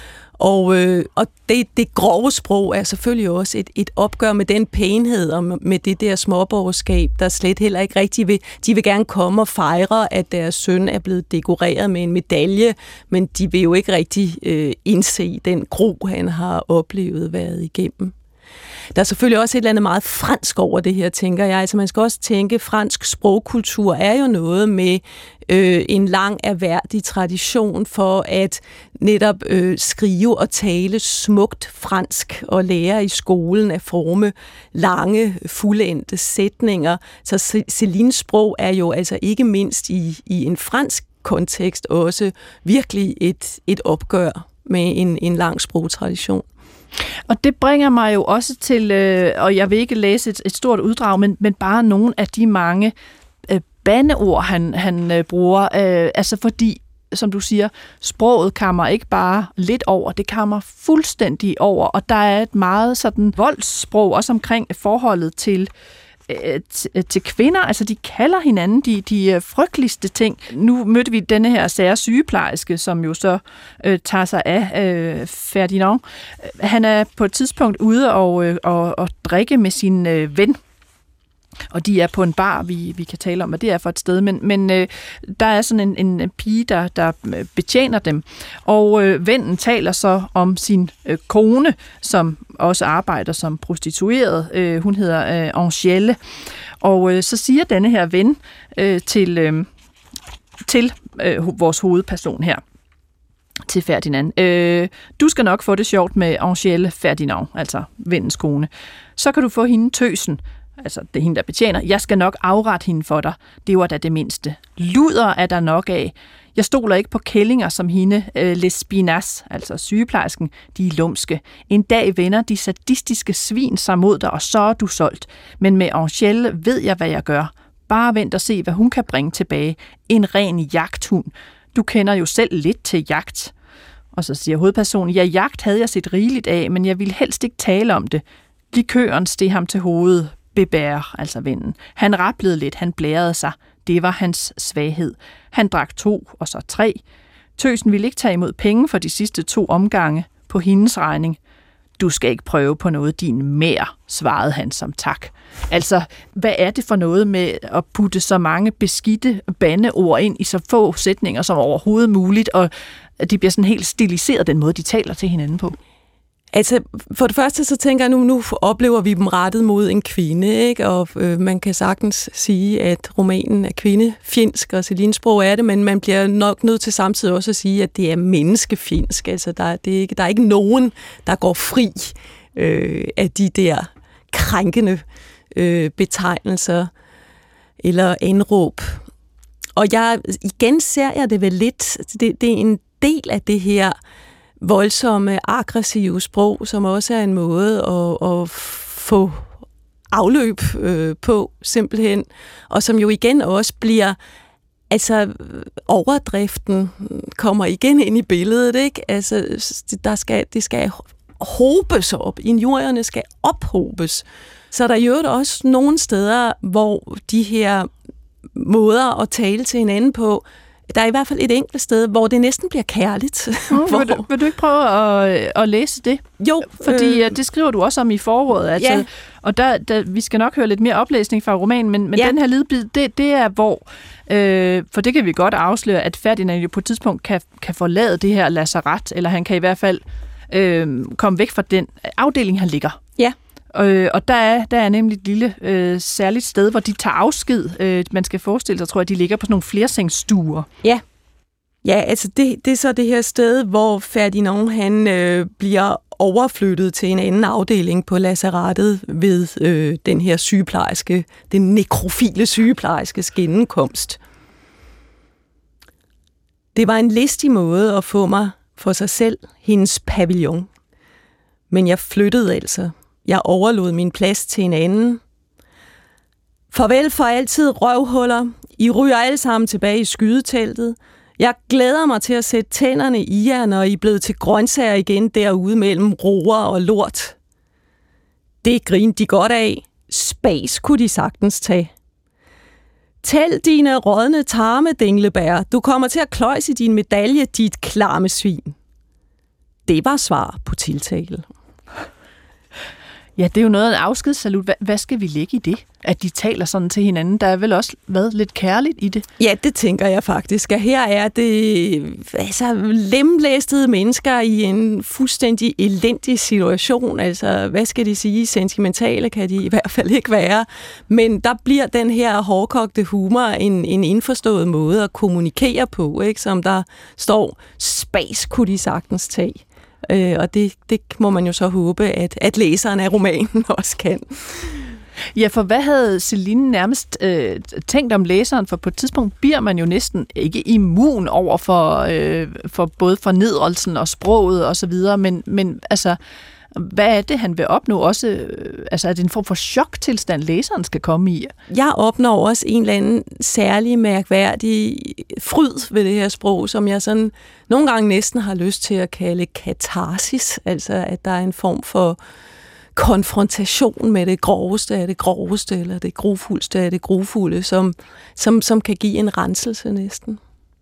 Og, øh, og det, det grove sprog er selvfølgelig også et, et opgør med den pænhed og med det der småborgerskab, der slet heller ikke rigtig vil. De vil gerne komme og fejre, at deres søn er blevet dekoreret med en medalje, men de vil jo ikke rigtig øh, indse den gru, han har oplevet været igennem. Der er selvfølgelig også et eller andet meget fransk over det her, tænker jeg. Altså man skal også tænke, fransk sprogkultur er jo noget med øh, en lang erhverdig tradition for at netop øh, skrive og tale smukt fransk og lære i skolen at forme lange, fuldendte sætninger. Så Celines sprog er jo altså ikke mindst i, i en fransk kontekst også virkelig et, et opgør med en, en lang sprogtradition. Og det bringer mig jo også til, øh, og jeg vil ikke læse et, et stort uddrag, men, men bare nogle af de mange øh, bandeord, han, han øh, bruger. Øh, altså fordi, som du siger, sproget kammer ikke bare lidt over, det kammer fuldstændig over, og der er et meget sådan voldssprog, også omkring forholdet til til kvinder, altså de kalder hinanden de, de frygteligste ting. Nu mødte vi denne her sære sygeplejerske, som jo så øh, tager sig af øh, Ferdinand. Han er på et tidspunkt ude og, øh, og, og drikke med sin øh, ven, og de er på en bar, vi, vi kan tale om, hvad det er for et sted, men, men øh, der er sådan en, en pige, der, der betjener dem, og øh, vennen taler så om sin øh, kone, som også arbejder som prostitueret. Øh, hun hedder øh, Angèle, og øh, så siger denne her ven øh, til, øh, til øh, vores hovedperson her, til Ferdinand. Øh, du skal nok få det sjovt med Angèle Ferdinand, altså vennens kone. Så kan du få hende tøsen, altså det er hende, der betjener. Jeg skal nok afrette hende for dig. Det var da det mindste. Luder er der nok af. Jeg stoler ikke på kællinger som hende, øh, Lespinas, altså sygeplejersken. De er lumske. En dag vender de sadistiske svin sig mod dig, og så er du solgt. Men med Angèle ved jeg, hvad jeg gør. Bare vent og se, hvad hun kan bringe tilbage. En ren jagthund. Du kender jo selv lidt til jagt. Og så siger hovedpersonen, ja, jagt havde jeg set rigeligt af, men jeg ville helst ikke tale om det. Likøren steg ham til hovedet. Bebær, altså vennen. Han rablede lidt, han blærede sig. Det var hans svaghed. Han drak to, og så tre. Tøsen ville ikke tage imod penge for de sidste to omgange på hendes regning. Du skal ikke prøve på noget, din mere, svarede han som tak. Altså, hvad er det for noget med at putte så mange beskidte bandeord ind i så få sætninger som overhovedet muligt, og de bliver sådan helt stiliseret, den måde, de taler til hinanden på? Altså, for det første så tænker jeg, nu, nu oplever vi dem rettet mod en kvinde, ikke? Og øh, man kan sagtens sige, at romanen er kvindefjendsk, og Celines sprog er det, men man bliver nok nødt til samtidig også at sige, at det er menneskefjendsk. Altså, der, det er ikke, der er ikke nogen, der går fri øh, af de der krænkende øh, betegnelser eller anråb. Og jeg, igen ser jeg det vel lidt, det, det er en del af det her voldsomme, aggressive sprog, som også er en måde at, at få afløb øh, på, simpelthen. Og som jo igen også bliver altså, overdriften kommer igen ind i billedet, ikke? Altså, der skal, det skal hobes op. Injurierne skal ophobes. Så der er jo også nogle steder, hvor de her måder at tale til hinanden på, der er i hvert fald et enkelt sted, hvor det næsten bliver kærligt. Mm, hvor... vil, du, vil du ikke prøve at, at læse det? Jo. Fordi øh... det skriver du også om i forordet. Altså, ja. Og der, der, vi skal nok høre lidt mere oplæsning fra romanen, men, men ja. den her lydbid, det, det er hvor, øh, for det kan vi godt afsløre, at Ferdinand jo på et tidspunkt kan, kan forlade det her lazaret, eller han kan i hvert fald øh, komme væk fra den afdeling, han ligger. Ja. Øh, og der er, der er nemlig et lille øh, særligt sted, hvor de tager afsked. Øh, man skal forestille sig, tror jeg, at de ligger på sådan nogle flersengsstuer. Ja, ja altså det, det er så det her sted, hvor Ferdinand han øh, bliver overflyttet til en anden afdeling på lazarettet ved øh, den her sygeplejerske, den nekrofile sygeplejerskes gennemkomst. Det var en listig måde at få mig for sig selv, hendes pavillon. Men jeg flyttede altså. Jeg overlod min plads til en anden. Farvel for altid, røvhuller. I ryger alle sammen tilbage i skydeteltet. Jeg glæder mig til at sætte tænderne i jer, når I er blevet til grøntsager igen derude mellem roer og lort. Det grinte de godt af. Spas kunne de sagtens tage. Tæl dine rådne tarme, dinglebær. Du kommer til at kløjse din medalje, dit klamme svin. Det var svar på tiltale. Ja, det er jo noget af en afskedssalut. Hvad, hvad skal vi lægge i det? At de taler sådan til hinanden. Der er vel også været lidt kærligt i det? Ja, det tænker jeg faktisk. At her er det altså, lemlæstede mennesker i en fuldstændig elendig situation. Altså, hvad skal de sige? Sentimentale kan de i hvert fald ikke være. Men der bliver den her hårdkogte humor en, en indforstået måde at kommunikere på, ikke? Som der står, spas kunne de sagtens tage. Øh, og det, det må man jo så håbe, at, at læseren af romanen også kan. Ja, for hvad havde Celine nærmest øh, tænkt om læseren? For på et tidspunkt bliver man jo næsten ikke immun over for, øh, for både fornedrelsen og sproget og så videre, men, men altså, hvad er det, han vil opnå også? Øh, altså, er det en form for choktilstand, læseren skal komme i? Jeg opnår også en eller anden særlig mærkværdig fryd ved det her sprog, som jeg sådan nogle gange næsten har lyst til at kalde katarsis, altså at der er en form for konfrontation med det groveste af det groveste, eller det grofuldste af det grofulde, som, som, som kan give en renselse næsten.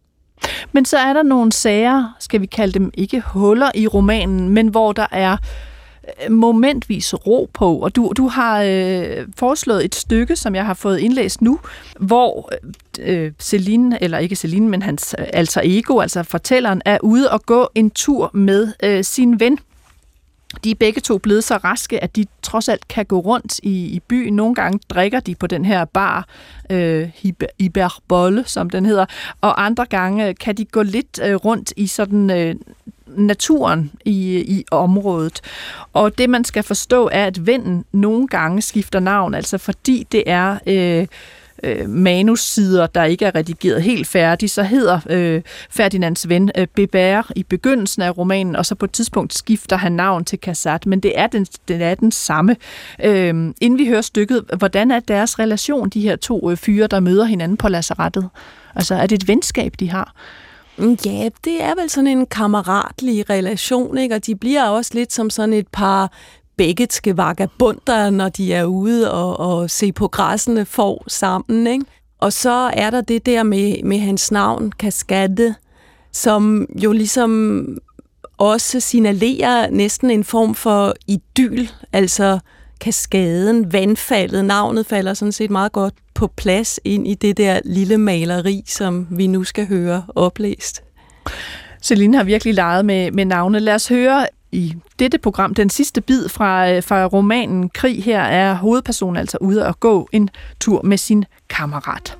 Men så er der nogle sager, skal vi kalde dem ikke huller i romanen, men hvor der er momentvis ro på, og du, du har øh, foreslået et stykke, som jeg har fået indlæst nu, hvor øh, Celine, eller ikke Celine, men hans alter ego, altså fortælleren, er ude og gå en tur med øh, sin ven. De er begge to blevet så raske, at de trods alt kan gå rundt i, i byen. Nogle gange drikker de på den her bar, øh, Hyperbolle, som den hedder, og andre gange kan de gå lidt øh, rundt i sådan øh, naturen i, i området. Og det, man skal forstå, er, at vennen nogle gange skifter navn, altså fordi det er øh, øh, manussider, der ikke er redigeret helt færdigt, så hedder øh, Ferdinands ven øh, Bébert i begyndelsen af romanen, og så på et tidspunkt skifter han navn til Cassat, men det er den, den, er den samme. Øh, inden vi hører stykket, hvordan er deres relation, de her to øh, fyre, der møder hinanden på lazarettet? Altså, er det et venskab, de har? Ja, det er vel sådan en kammeratlig relation, ikke? Og de bliver også lidt som sådan et par bækketske vagabunder, når de er ude og, og se på græssene for sammen, ikke? Og så er der det der med, med hans navn, Cascade, som jo ligesom også signalerer næsten en form for idyl, altså kaskaden, vandfaldet. Navnet falder sådan set meget godt på plads ind i det der lille maleri, som vi nu skal høre oplæst. Celine har virkelig leget med, med navnet. Lad os høre i dette program den sidste bid fra, fra romanen Krig. Her er hovedpersonen altså ude at gå en tur med sin kammerat.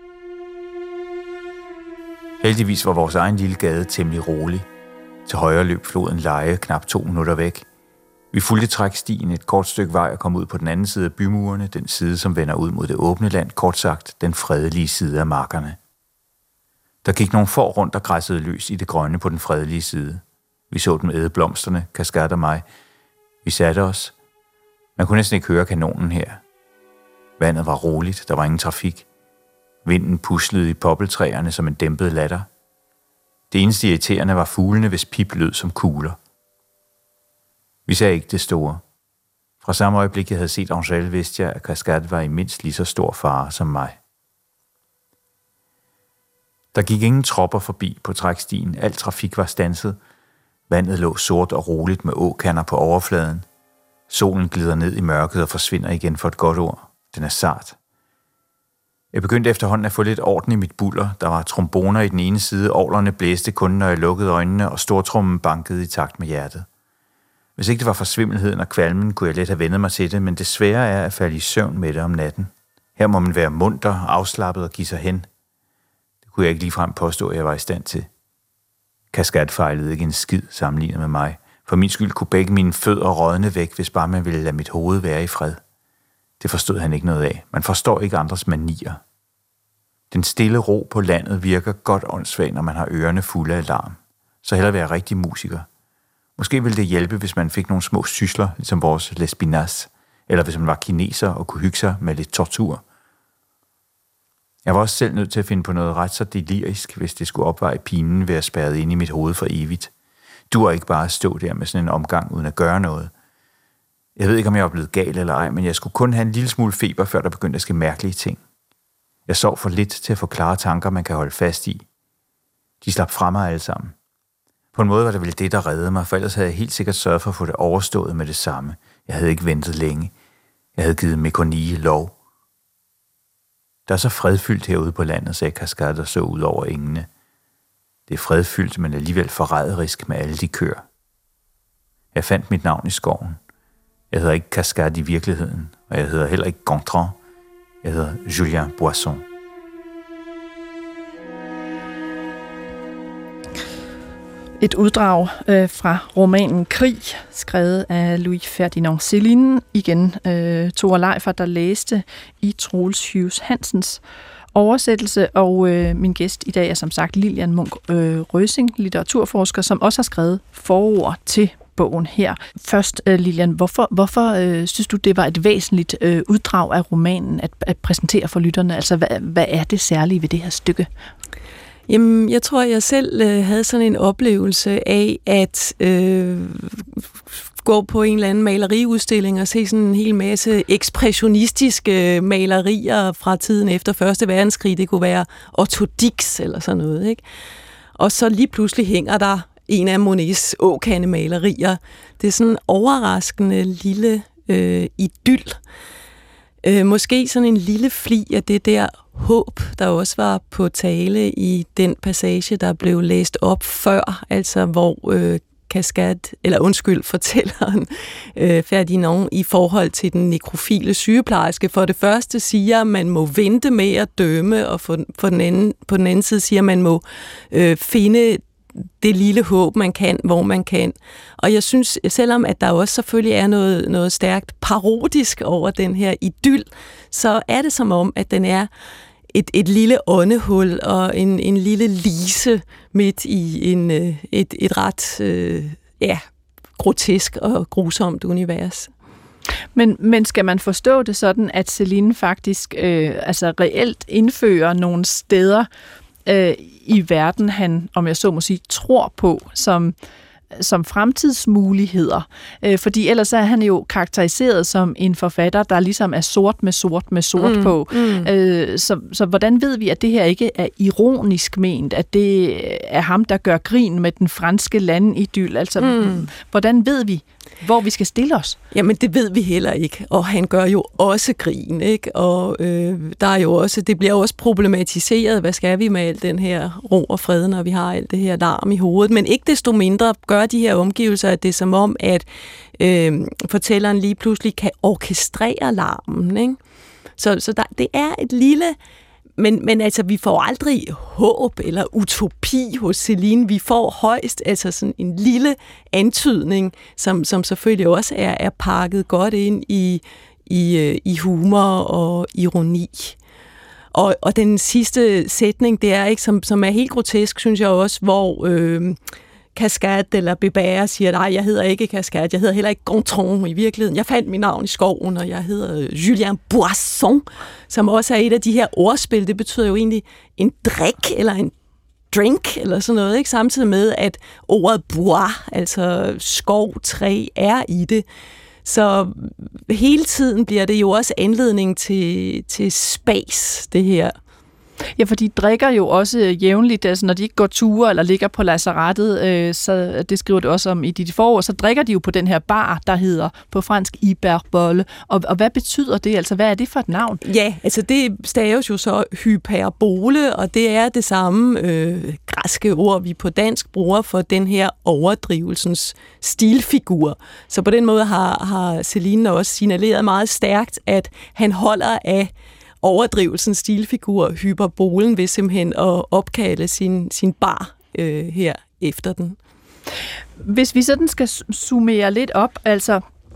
Heldigvis var vores egen lille gade temmelig rolig. Til højre løb floden Leje knap to minutter væk. Vi fulgte trækstien et kort stykke vej og kom ud på den anden side af bymurene, den side, som vender ud mod det åbne land, kort sagt den fredelige side af markerne. Der gik nogle får rundt og græssede løs i det grønne på den fredelige side. Vi så dem æde blomsterne, Cascade og mig. Vi satte os. Man kunne næsten ikke høre kanonen her. Vandet var roligt, der var ingen trafik. Vinden puslede i poppeltræerne som en dæmpet latter. Det eneste irriterende var fuglene, hvis pip lød som kugler. Vi sagde ikke det store. Fra samme øjeblik, jeg havde set Angèle, vidste jeg, at Cascade var i mindst lige så stor fare som mig. Der gik ingen tropper forbi på trækstien. Al trafik var standset. Vandet lå sort og roligt med åkander på overfladen. Solen glider ned i mørket og forsvinder igen for et godt ord. Den er sart. Jeg begyndte efterhånden at få lidt orden i mit buller. Der var tromboner i den ene side, orglerne blæste kun, når jeg lukkede øjnene, og stortrummen bankede i takt med hjertet. Hvis ikke det var for svimmelheden og kvalmen, kunne jeg let have vendet mig til det, men det svære er at falde i søvn med det om natten. Her må man være munter, afslappet og give sig hen. Det kunne jeg ikke ligefrem påstå, at jeg var i stand til. Cascade fejlede ikke en skid sammenlignet med mig. For min skyld kunne begge mine fødder rådne væk, hvis bare man ville lade mit hoved være i fred. Det forstod han ikke noget af. Man forstår ikke andres manier. Den stille ro på landet virker godt åndssvagt, når man har ørerne fulde af larm. Så hellere være rigtig musiker. Måske ville det hjælpe, hvis man fik nogle små sysler, ligesom vores Lespinasse, eller hvis man var kineser og kunne hygge sig med lidt tortur. Jeg var også selv nødt til at finde på noget ret så delirisk, hvis det skulle opveje pinen ved at spærre ind i mit hoved for evigt. Du er ikke bare at stå der med sådan en omgang uden at gøre noget. Jeg ved ikke, om jeg var blevet gal eller ej, men jeg skulle kun have en lille smule feber, før der begyndte at ske mærkelige ting. Jeg sov for lidt til at få klare tanker, man kan holde fast i. De slap fra mig alle sammen. På en måde var det vel det, der reddede mig, for ellers havde jeg helt sikkert sørget for at få det overstået med det samme. Jeg havde ikke ventet længe. Jeg havde givet Mekonie lov. Der er så fredfyldt herude på landet, sagde Cascade og så ud over engene. Det er fredfyldt, men alligevel forræderisk med alle de køer. Jeg fandt mit navn i skoven. Jeg hedder ikke Cascade i virkeligheden, og jeg hedder heller ikke Gontran. Jeg hedder Julien Boisson. Et uddrag øh, fra romanen Krig, skrevet af Louis Ferdinand Céline. Igen øh, Thor Leifer, der læste i Troels Hughes Hansens oversættelse, og øh, min gæst i dag er som sagt Lilian Munk øh, Røsing, litteraturforsker, som også har skrevet forord til bogen her. Først, øh, Lilian, hvorfor, hvorfor øh, synes du, det var et væsentligt øh, uddrag af romanen at, at præsentere for lytterne? Altså, hvad, hvad er det særlige ved det her stykke? Jamen, jeg tror, jeg selv øh, havde sådan en oplevelse af at øh, gå på en eller anden maleriudstilling og se sådan en hel masse ekspressionistiske malerier fra tiden efter første verdenskrig. Det kunne være Otto Dix eller sådan noget, ikke? Og så lige pludselig hænger der en af Monets åkandemalerier. Det er sådan en overraskende lille øh, idyll. Øh, måske sådan en lille fli af det der håb, der også var på tale i den passage, der blev læst op før, altså hvor øh, Cascade, eller undskyld, fortælleren øh, Ferdinand i forhold til den nekrofile sygeplejerske. For det første siger, at man må vente med at dømme, og for, for den anden, på den anden side siger, at man må øh, finde det lille håb, man kan, hvor man kan. Og jeg synes, selvom at der også selvfølgelig er noget, noget stærkt parodisk over den her idyll, så er det som om, at den er et, et lille åndehul og en, en lille lise midt i en, et, et ret øh, ja, grotesk og grusomt univers. Men, men skal man forstå det sådan, at Céline faktisk øh, altså reelt indfører nogle steder øh, i verden, han, om jeg så må sige, tror på, som, som fremtidsmuligheder? Øh, fordi ellers er han jo karakteriseret som en forfatter, der ligesom er sort med sort med sort mm, på. Mm. Øh, så, så hvordan ved vi, at det her ikke er ironisk ment, at det er ham, der gør grin med den franske landidyl? Altså, mm. hvordan ved vi, hvor vi skal stille os? Jamen, det ved vi heller ikke, og han gør jo også grin, ikke? Og øh, der er jo også, det bliver også problematiseret, hvad skal vi med al den her ro og fred, når vi har alt det her larm i hovedet, men ikke desto mindre gør de her omgivelser, at det er som om, at øh, fortælleren lige pludselig kan orkestrere larmen, ikke? Så, så der, det er et lille... Men, men altså, vi får aldrig håb eller utopi hos Céline. Vi får højst altså sådan en lille antydning, som, som selvfølgelig også er, er pakket godt ind i, i, i humor og ironi. Og, og den sidste sætning, det er ikke, som, som er helt grotesk, synes jeg også, hvor øh, Cascade eller Bébert, siger, nej, jeg hedder ikke Cascade, jeg hedder heller ikke Gontran i virkeligheden. Jeg fandt mit navn i skoven, og jeg hedder Julien Boisson, som også er et af de her ordspil. Det betyder jo egentlig en drik eller en drink eller sådan noget, ikke? Samtidig med, at ordet bois, altså skov, træ, er i det. Så hele tiden bliver det jo også anledning til, til spas, det her. Ja, for de drikker jo også jævnligt, altså når de ikke går ture eller ligger på lazarettet, øh, så det skriver det også om i dit forår, så drikker de jo på den her bar, der hedder på fransk Hyperbole. Og, og hvad betyder det? Altså, hvad er det for et navn? Ja, altså det staves jo så hyperbole, og det er det samme øh, græske ord, vi på dansk bruger for den her overdrivelsens stilfigur. Så på den måde har, har Celine også signaleret meget stærkt, at han holder af overdrivelsens stilfigur, hyperbolen, ved simpelthen at opkalde sin, sin bar øh, her efter den. Hvis vi sådan skal summere lidt op, altså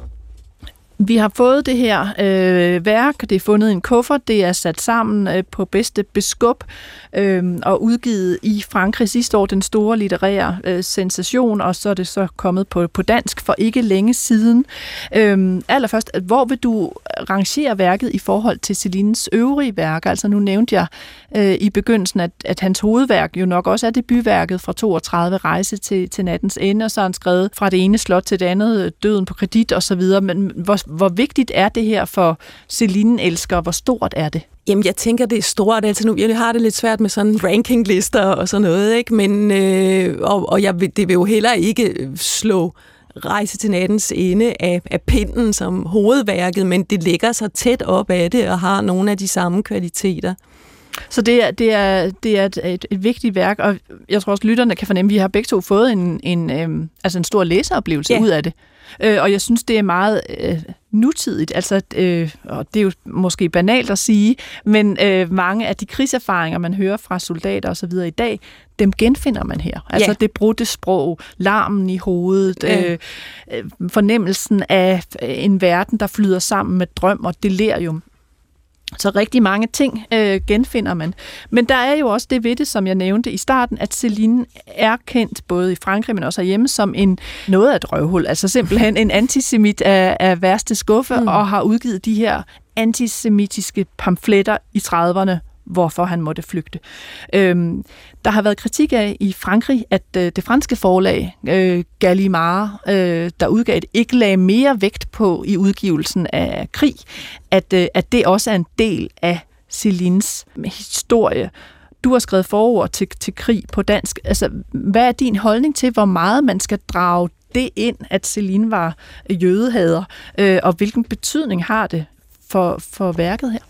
vi har fået det her øh, værk, det er fundet i en kuffert, det er sat sammen øh, på bedste beskub øh, og udgivet i Frankrig sidste år, den store litterære øh, sensation, og så er det så kommet på, på dansk for ikke længe siden. Øh, allerførst, hvor vil du rangere værket i forhold til Celines øvrige værker? Altså nu nævnte jeg øh, i begyndelsen, at, at hans hovedværk jo nok også er debutværket fra toogtredive, Rejse til, til nattens ende, og så har han skrevet Fra det ene slot til det andet, Døden på kredit osv., men hvor Hvor vigtigt er det her for Celine-elskere? Hvor stort er det? Jamen, jeg tænker, det er stort. Altså nu, jeg har det lidt svært med sådan rankinglister og sådan noget, ikke? Men, øh, og, og jeg, det vil jo heller ikke slå Rejse til nattens ende af, af pinden som hovedværket, men det ligger så tæt op af det og har nogle af de samme kvaliteter. Så det er, det er, det er et, et, et vigtigt værk, og jeg tror også, lytterne kan fornemme, at vi har begge to fået en, en, øhm, altså en stor læseoplevelse ja. ud af det. Øh, og jeg synes, det er meget øh, nutidigt. Altså, øh, og det er jo måske banalt at sige, men øh, mange af de krigserfaringer, man hører fra soldater og så videre i dag, dem genfinder man her. Altså ja. det brudte sprog, larmen i hovedet, ja. øh, fornemmelsen af en verden, der flyder sammen med drøm og delirium. Så rigtig mange ting øh, genfinder man. Men der er jo også det ved det, som jeg nævnte i starten, at Celine er kendt både i Frankrig, men også herhjemme, som en noget af et røvhul. Altså simpelthen en antisemit af, af værste skuffe, mm. og har udgivet de her antisemitiske pamfletter i trediverne, hvorfor han måtte flygte. Øhm, der har været kritik af i Frankrig, at øh, det franske forlag, øh, Gallimard, øh, der udgav det, ikke lagde mere vægt på i udgivelsen af Krig, at, øh, at det også er en del af Celines historie. Du har skrevet forord til, til Krig på dansk. Altså, hvad er din holdning til, hvor meget man skal drage det ind, at Celine var jødehader, øh, og hvilken betydning har det for, for værket her?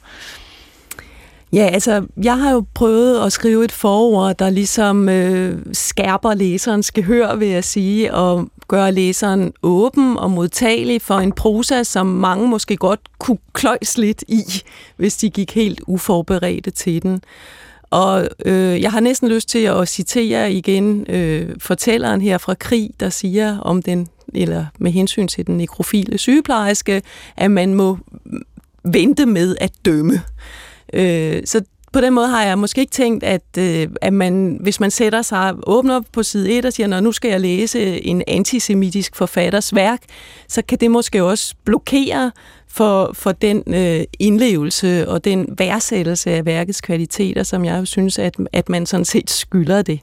Ja, altså, jeg har jo prøvet at skrive et forord, der ligesom øh, skærper læserens gehør, vil jeg sige, og gør læseren åben og modtagelig for en prosa, som mange måske godt kunne kløjs lidt i, hvis de gik helt uforberedte til den. Og øh, jeg har næsten lyst til at citere igen øh, fortælleren her fra Krig, der siger om den, eller med hensyn til den nekrofile sygeplejerske, at man må vente med at dømme. Øh, så på den måde har jeg måske ikke tænkt, at, øh, at man, hvis man sætter sig, åbner på side et og siger, nå, nu skal jeg læse en antisemitisk forfatters værk, så kan det måske også blokere for, for den øh, indlevelse og den værdsættelse af værkets kvaliteter, som jeg jo synes, at, at man sådan set skylder det.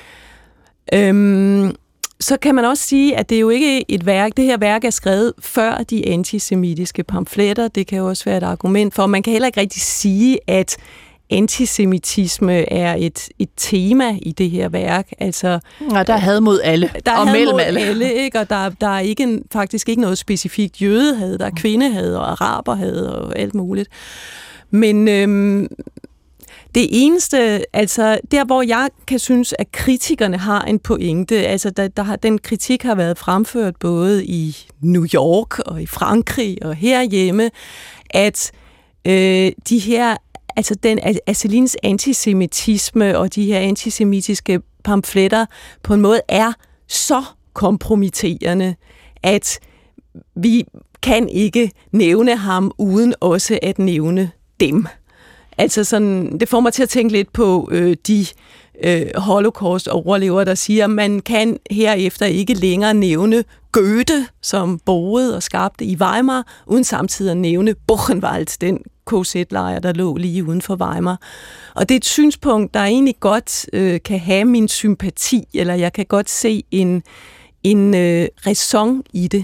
Øhm, Så kan man også sige, at det er jo ikke et værk, det her værk er skrevet før de antisemitiske pamfletter. Det kan jo også være et argument for. Man kan heller ikke rigtig sige, at antisemitisme er et, et tema i det her værk. Altså, ja, der er had mod alle. Der er og had mod alle, alle, ikke? Og der, der er ikke, faktisk ikke noget specifikt jødehad. Der er kvindehad og araberhad og alt muligt. Men øhm, det eneste, altså der, hvor jeg kan synes, at kritikerne har en pointe, altså der, der har, den kritik har været fremført både i New York og i Frankrig og herhjemme, at øh, de her, altså den, at Celines antisemitisme og de her antisemitiske pamfletter på en måde er så kompromitterende, at vi kan ikke nævne ham uden også at nævne dem. Altså sådan, det får mig til at tænke lidt på øh, de øh, holocaust-overlevere, der siger, at man kan herefter ikke længere nævne Goethe, som boede og skabte i Weimar, uden samtidig at nævne Buchenwald, den K Z-lejr, der lå lige uden for Weimar. Og det er et synspunkt, der egentlig godt øh, kan have min sympati, eller jeg kan godt se en, en øh, ræson i det.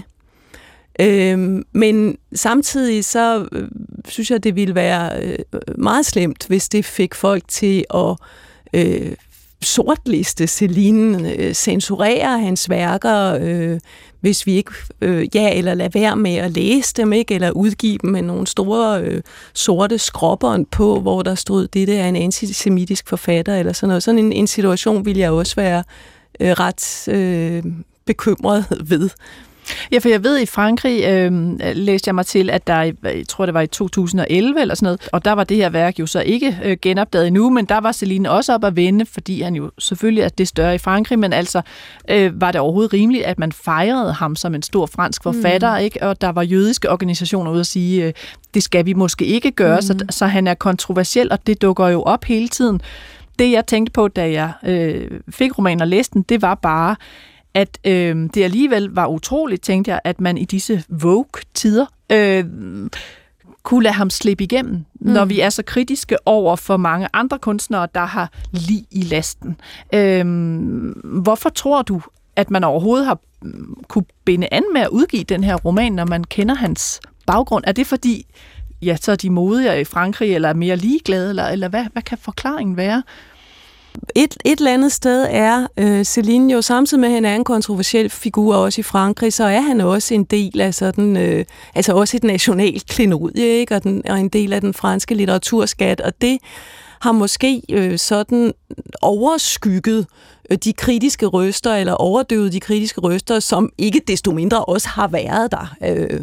Øh, men samtidig så øh, synes jeg, det ville være øh, meget slemt, hvis det fik folk til at øh, sortliste Celine, øh, censurere hans værker, øh, hvis vi ikke, øh, ja, eller lade være med at læse dem, ikke, eller udgive dem med nogle store øh, sorte skråbånd på, hvor der stod, det er en antisemitisk forfatter, eller sådan noget. Sådan en, en situation ville jeg også være øh, ret øh, bekymret ved. Ja, for jeg ved, i Frankrig øh, læste jeg mig til, at der, jeg tror det var i to tusind og elleve eller sådan noget, og der var det her værk jo så ikke øh, genopdaget endnu, men der var Celine også op at vende, fordi han jo selvfølgelig er det større i Frankrig, men altså øh, var det overhovedet rimeligt, at man fejrede ham som en stor fransk forfatter, mm. ikke? Og der var jødiske organisationer ude at sige, øh, det skal vi måske ikke gøre, mm. så, så han er kontroversiel, og det dukker jo op hele tiden. Det jeg tænkte på, da jeg øh, fik romanen og læste den, det var bare, at øh, det alligevel var utroligt, tænkte jeg, at man i disse Vogue-tider øh, kunne lade ham slippe igennem, mm. når vi er så kritiske over for mange andre kunstnere, der har lig i lasten. Øh, hvorfor tror du, at man overhovedet har kunne binde an med at udgive den her roman, når man kender hans baggrund? Er det fordi, ja, så er de modigere i Frankrig, eller er mere ligeglade, eller, eller hvad, hvad kan forklaringen være? Et, et eller andet sted er øh, Celine jo, samtidig med, at han er en kontroversiel figur også i Frankrig, så er han også en del af sådan, øh, altså også et nationalt klenodie, ikke? Og, den, og en del af den franske litteraturskat, og det har måske øh, sådan overskygget øh, de kritiske røster, eller overdøvet de kritiske røster, som ikke desto mindre også har været der. Øh,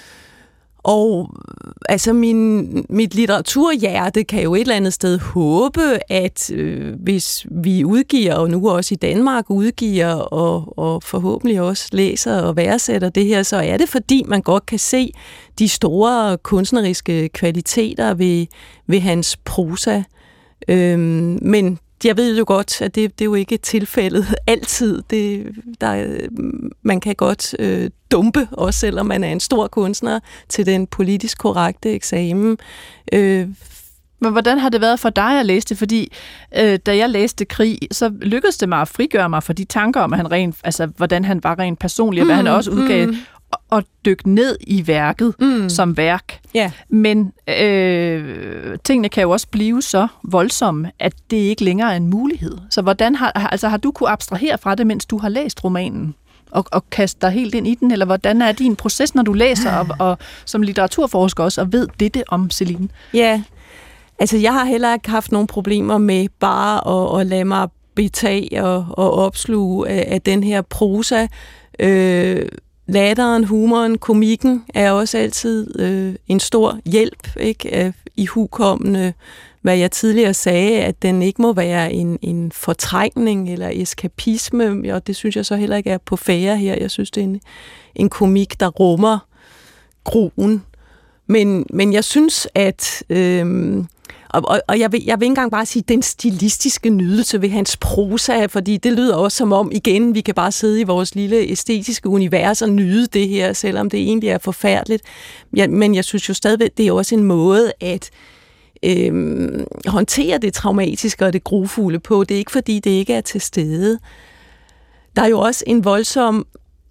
Og altså min, mit litteraturhjerte kan jo et eller andet sted håbe, at øh, hvis vi udgiver, og nu også i Danmark udgiver, og, og forhåbentlig også læser og værdsætter det her, så er det fordi, man godt kan se de store kunstneriske kvaliteter ved, ved hans prosa. Øhm, men jeg ved jo godt, at det, det er jo ikke tilfældet altid. Det, der, man kan godt øh, dumpe, også selvom man er en stor kunstner, til den politisk korrekte eksamen. Øh, Men hvordan har det været for dig at læse det? Fordi øh, da jeg læste Krig, så lykkedes det mig at frigøre mig for de tanker om, at han rent, altså, hvordan han var rent personlig, og hvad mm, han også udgav, mm. og, og dykke ned i værket mm. som værk. Yeah. Men øh, tingene kan jo også blive så voldsomme, at det ikke længere er en mulighed. Så hvordan har, altså, har du kunne abstrahere fra det, mens du har læst romanen? Og, og kaste dig helt ind i den, eller hvordan er din proces, når du læser, og, og som litteraturforsker også, og ved dette om Celine? Ja, yeah. Altså, jeg har heller ikke haft nogen problemer med bare at, at lade mig betage og, og opsluge af, af den her prosa. Øh, latteren, humoren, komikken er også altid øh, en stor hjælp, ikke? Ihukommende, hvad jeg tidligere sagde, at den ikke må være en, en fortrængning eller eskapisme, og det synes jeg så heller ikke er på færre her. Jeg synes, det er en, en komik, der rummer gruen. Men, men jeg synes, at... Øh, Og, og, og jeg, vil, jeg vil ikke engang bare sige den stilistiske nydelse ved hans prosa, fordi det lyder også som om, igen, vi kan bare sidde i vores lille æstetiske univers og nyde det her, selvom det egentlig er forfærdeligt. Ja, men jeg synes jo stadigvæk, det er også en måde at øhm, håndtere det traumatiske og det grufulde på. Det er ikke, fordi det ikke er til stede. Der er jo også en voldsom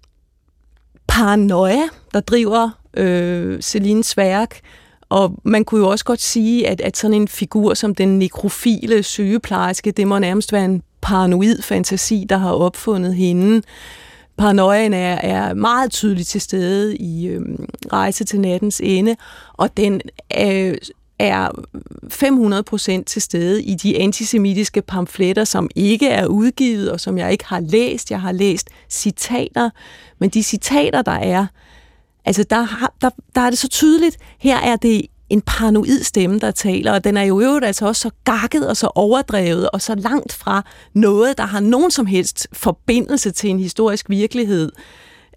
paranoia, der driver øh, Celines værk. Og man kunne jo også godt sige, at, at sådan en figur som den nekrofile sygeplejerske, det må nærmest være en paranoid fantasi, der har opfundet hende. Paranoien er, er meget tydeligt til stede i øh, Rejse til nattens ende, og den øh, er fem hundrede procent til stede i de antisemitiske pamfletter, som ikke er udgivet, og som jeg ikke har læst. Jeg har læst citater, men de citater, der er, altså, der, har, der, der er det så tydeligt. Her er det en paranoid stemme, der taler, og den er jo øvrigt altså også så gakket og så overdrevet, og så langt fra noget, der har nogen som helst forbindelse til en historisk virkelighed.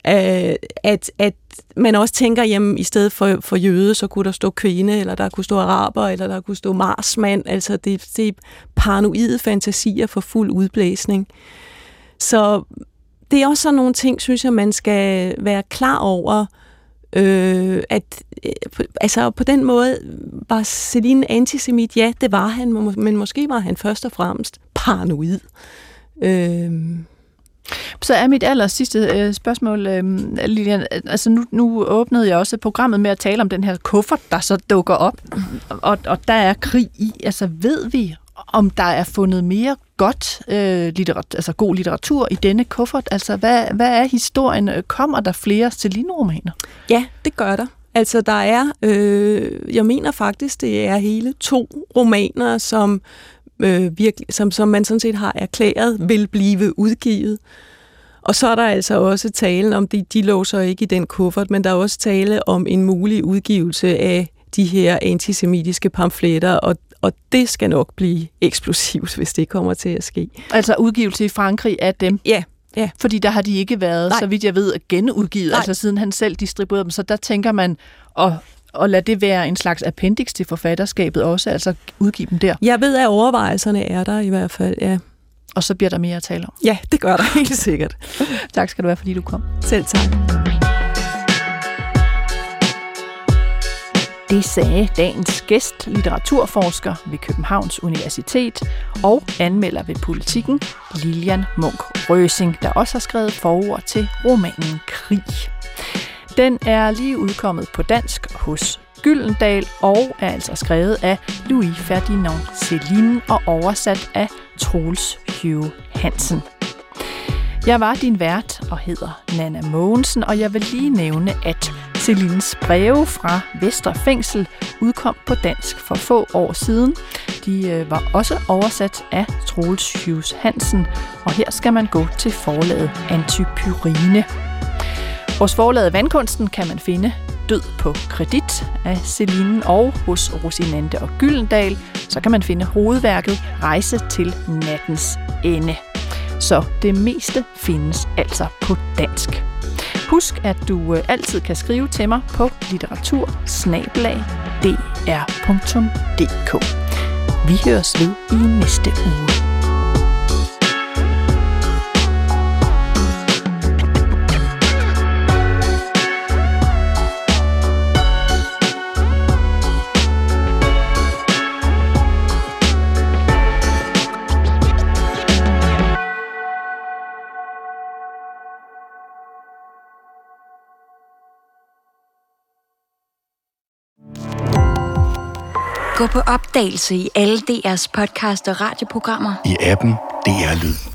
at, at man også tænker, jamen i stedet for, for jøde, så kunne der stå kvinde, eller der kunne stå araber, eller der kunne stå marsmand. Altså det, det er paranoide fantasier for fuld udblæsning. Så det er også sådan nogle ting, synes jeg, man skal være klar over, øh, at øh, altså på den måde var Celine antisemit. Ja, det var han, men måske var han først og fremmest paranoid. Øh, Så er mit aller sidste øh, spørgsmål, øh, Lilian. Altså nu, nu åbnede jeg også programmet med at tale om den her kuffert, der så dukker op, og, og der er krig i. Altså ved vi, om der er fundet mere godt, øh, litterat- altså god litteratur i denne kuffert? Altså hvad, hvad er historien? Kommer der flere Celine-romaner? Ja, det gør der. Altså der er, øh, jeg mener faktisk, det er hele to romaner, som Øh, virkelig, som, som man sådan set har erklæret, vil blive udgivet. Og så er der altså også tale om, de, de låser ikke i den kuffert, men der er også tale om en mulig udgivelse af de her antisemitiske pamfletter, og, og det skal nok blive eksplosivt, hvis det kommer til at ske. Altså udgivelse i Frankrig af dem? Ja. Ja. Fordi der har de ikke været, Nej. så vidt jeg ved, genudgivet, Nej. altså siden han selv distribuerede dem. Så der tænker man, og Og lad det være en slags appendix til forfatterskabet også, altså udgive dem der. Jeg ved, at overvejelserne er der i hvert fald, ja. Og så bliver der mere at tale om. Ja, det gør der helt sikkert. Tak skal du have, fordi du kom. Selv tak. Det sagde dagens gæst, litteraturforsker ved Københavns Universitet og anmelder ved Politikken, Lilian Munch Røsing, der også har skrevet forord til romanen Krig. Den er lige udkommet på dansk hos Gyldendal og er altså skrevet af Louis Ferdinand Céline og oversat af Troels Hugh Hansen. Jeg var din vært og hedder Nanna Mogensen, og jeg vil lige nævne, at Celines breve fra Vestre Fængsel udkom på dansk for få år siden. De var også oversat af Troels Hugh Hansen, og her skal man gå til forlaget Antipyrine. Hos forlaget Vandkunsten kan man finde Død på kredit af Celine, og hos Rosinante og Gyldendal, så kan man finde hovedværket Rejse til nattens ende. Så det meste findes altså på dansk. Husk, at du altid kan skrive til mig på litteratur bindestreg d r punktum d k. Vi høres ved i næste uge. Gå på opdagelse i alle D R's podcast og radioprogrammer. I appen D R Lyd.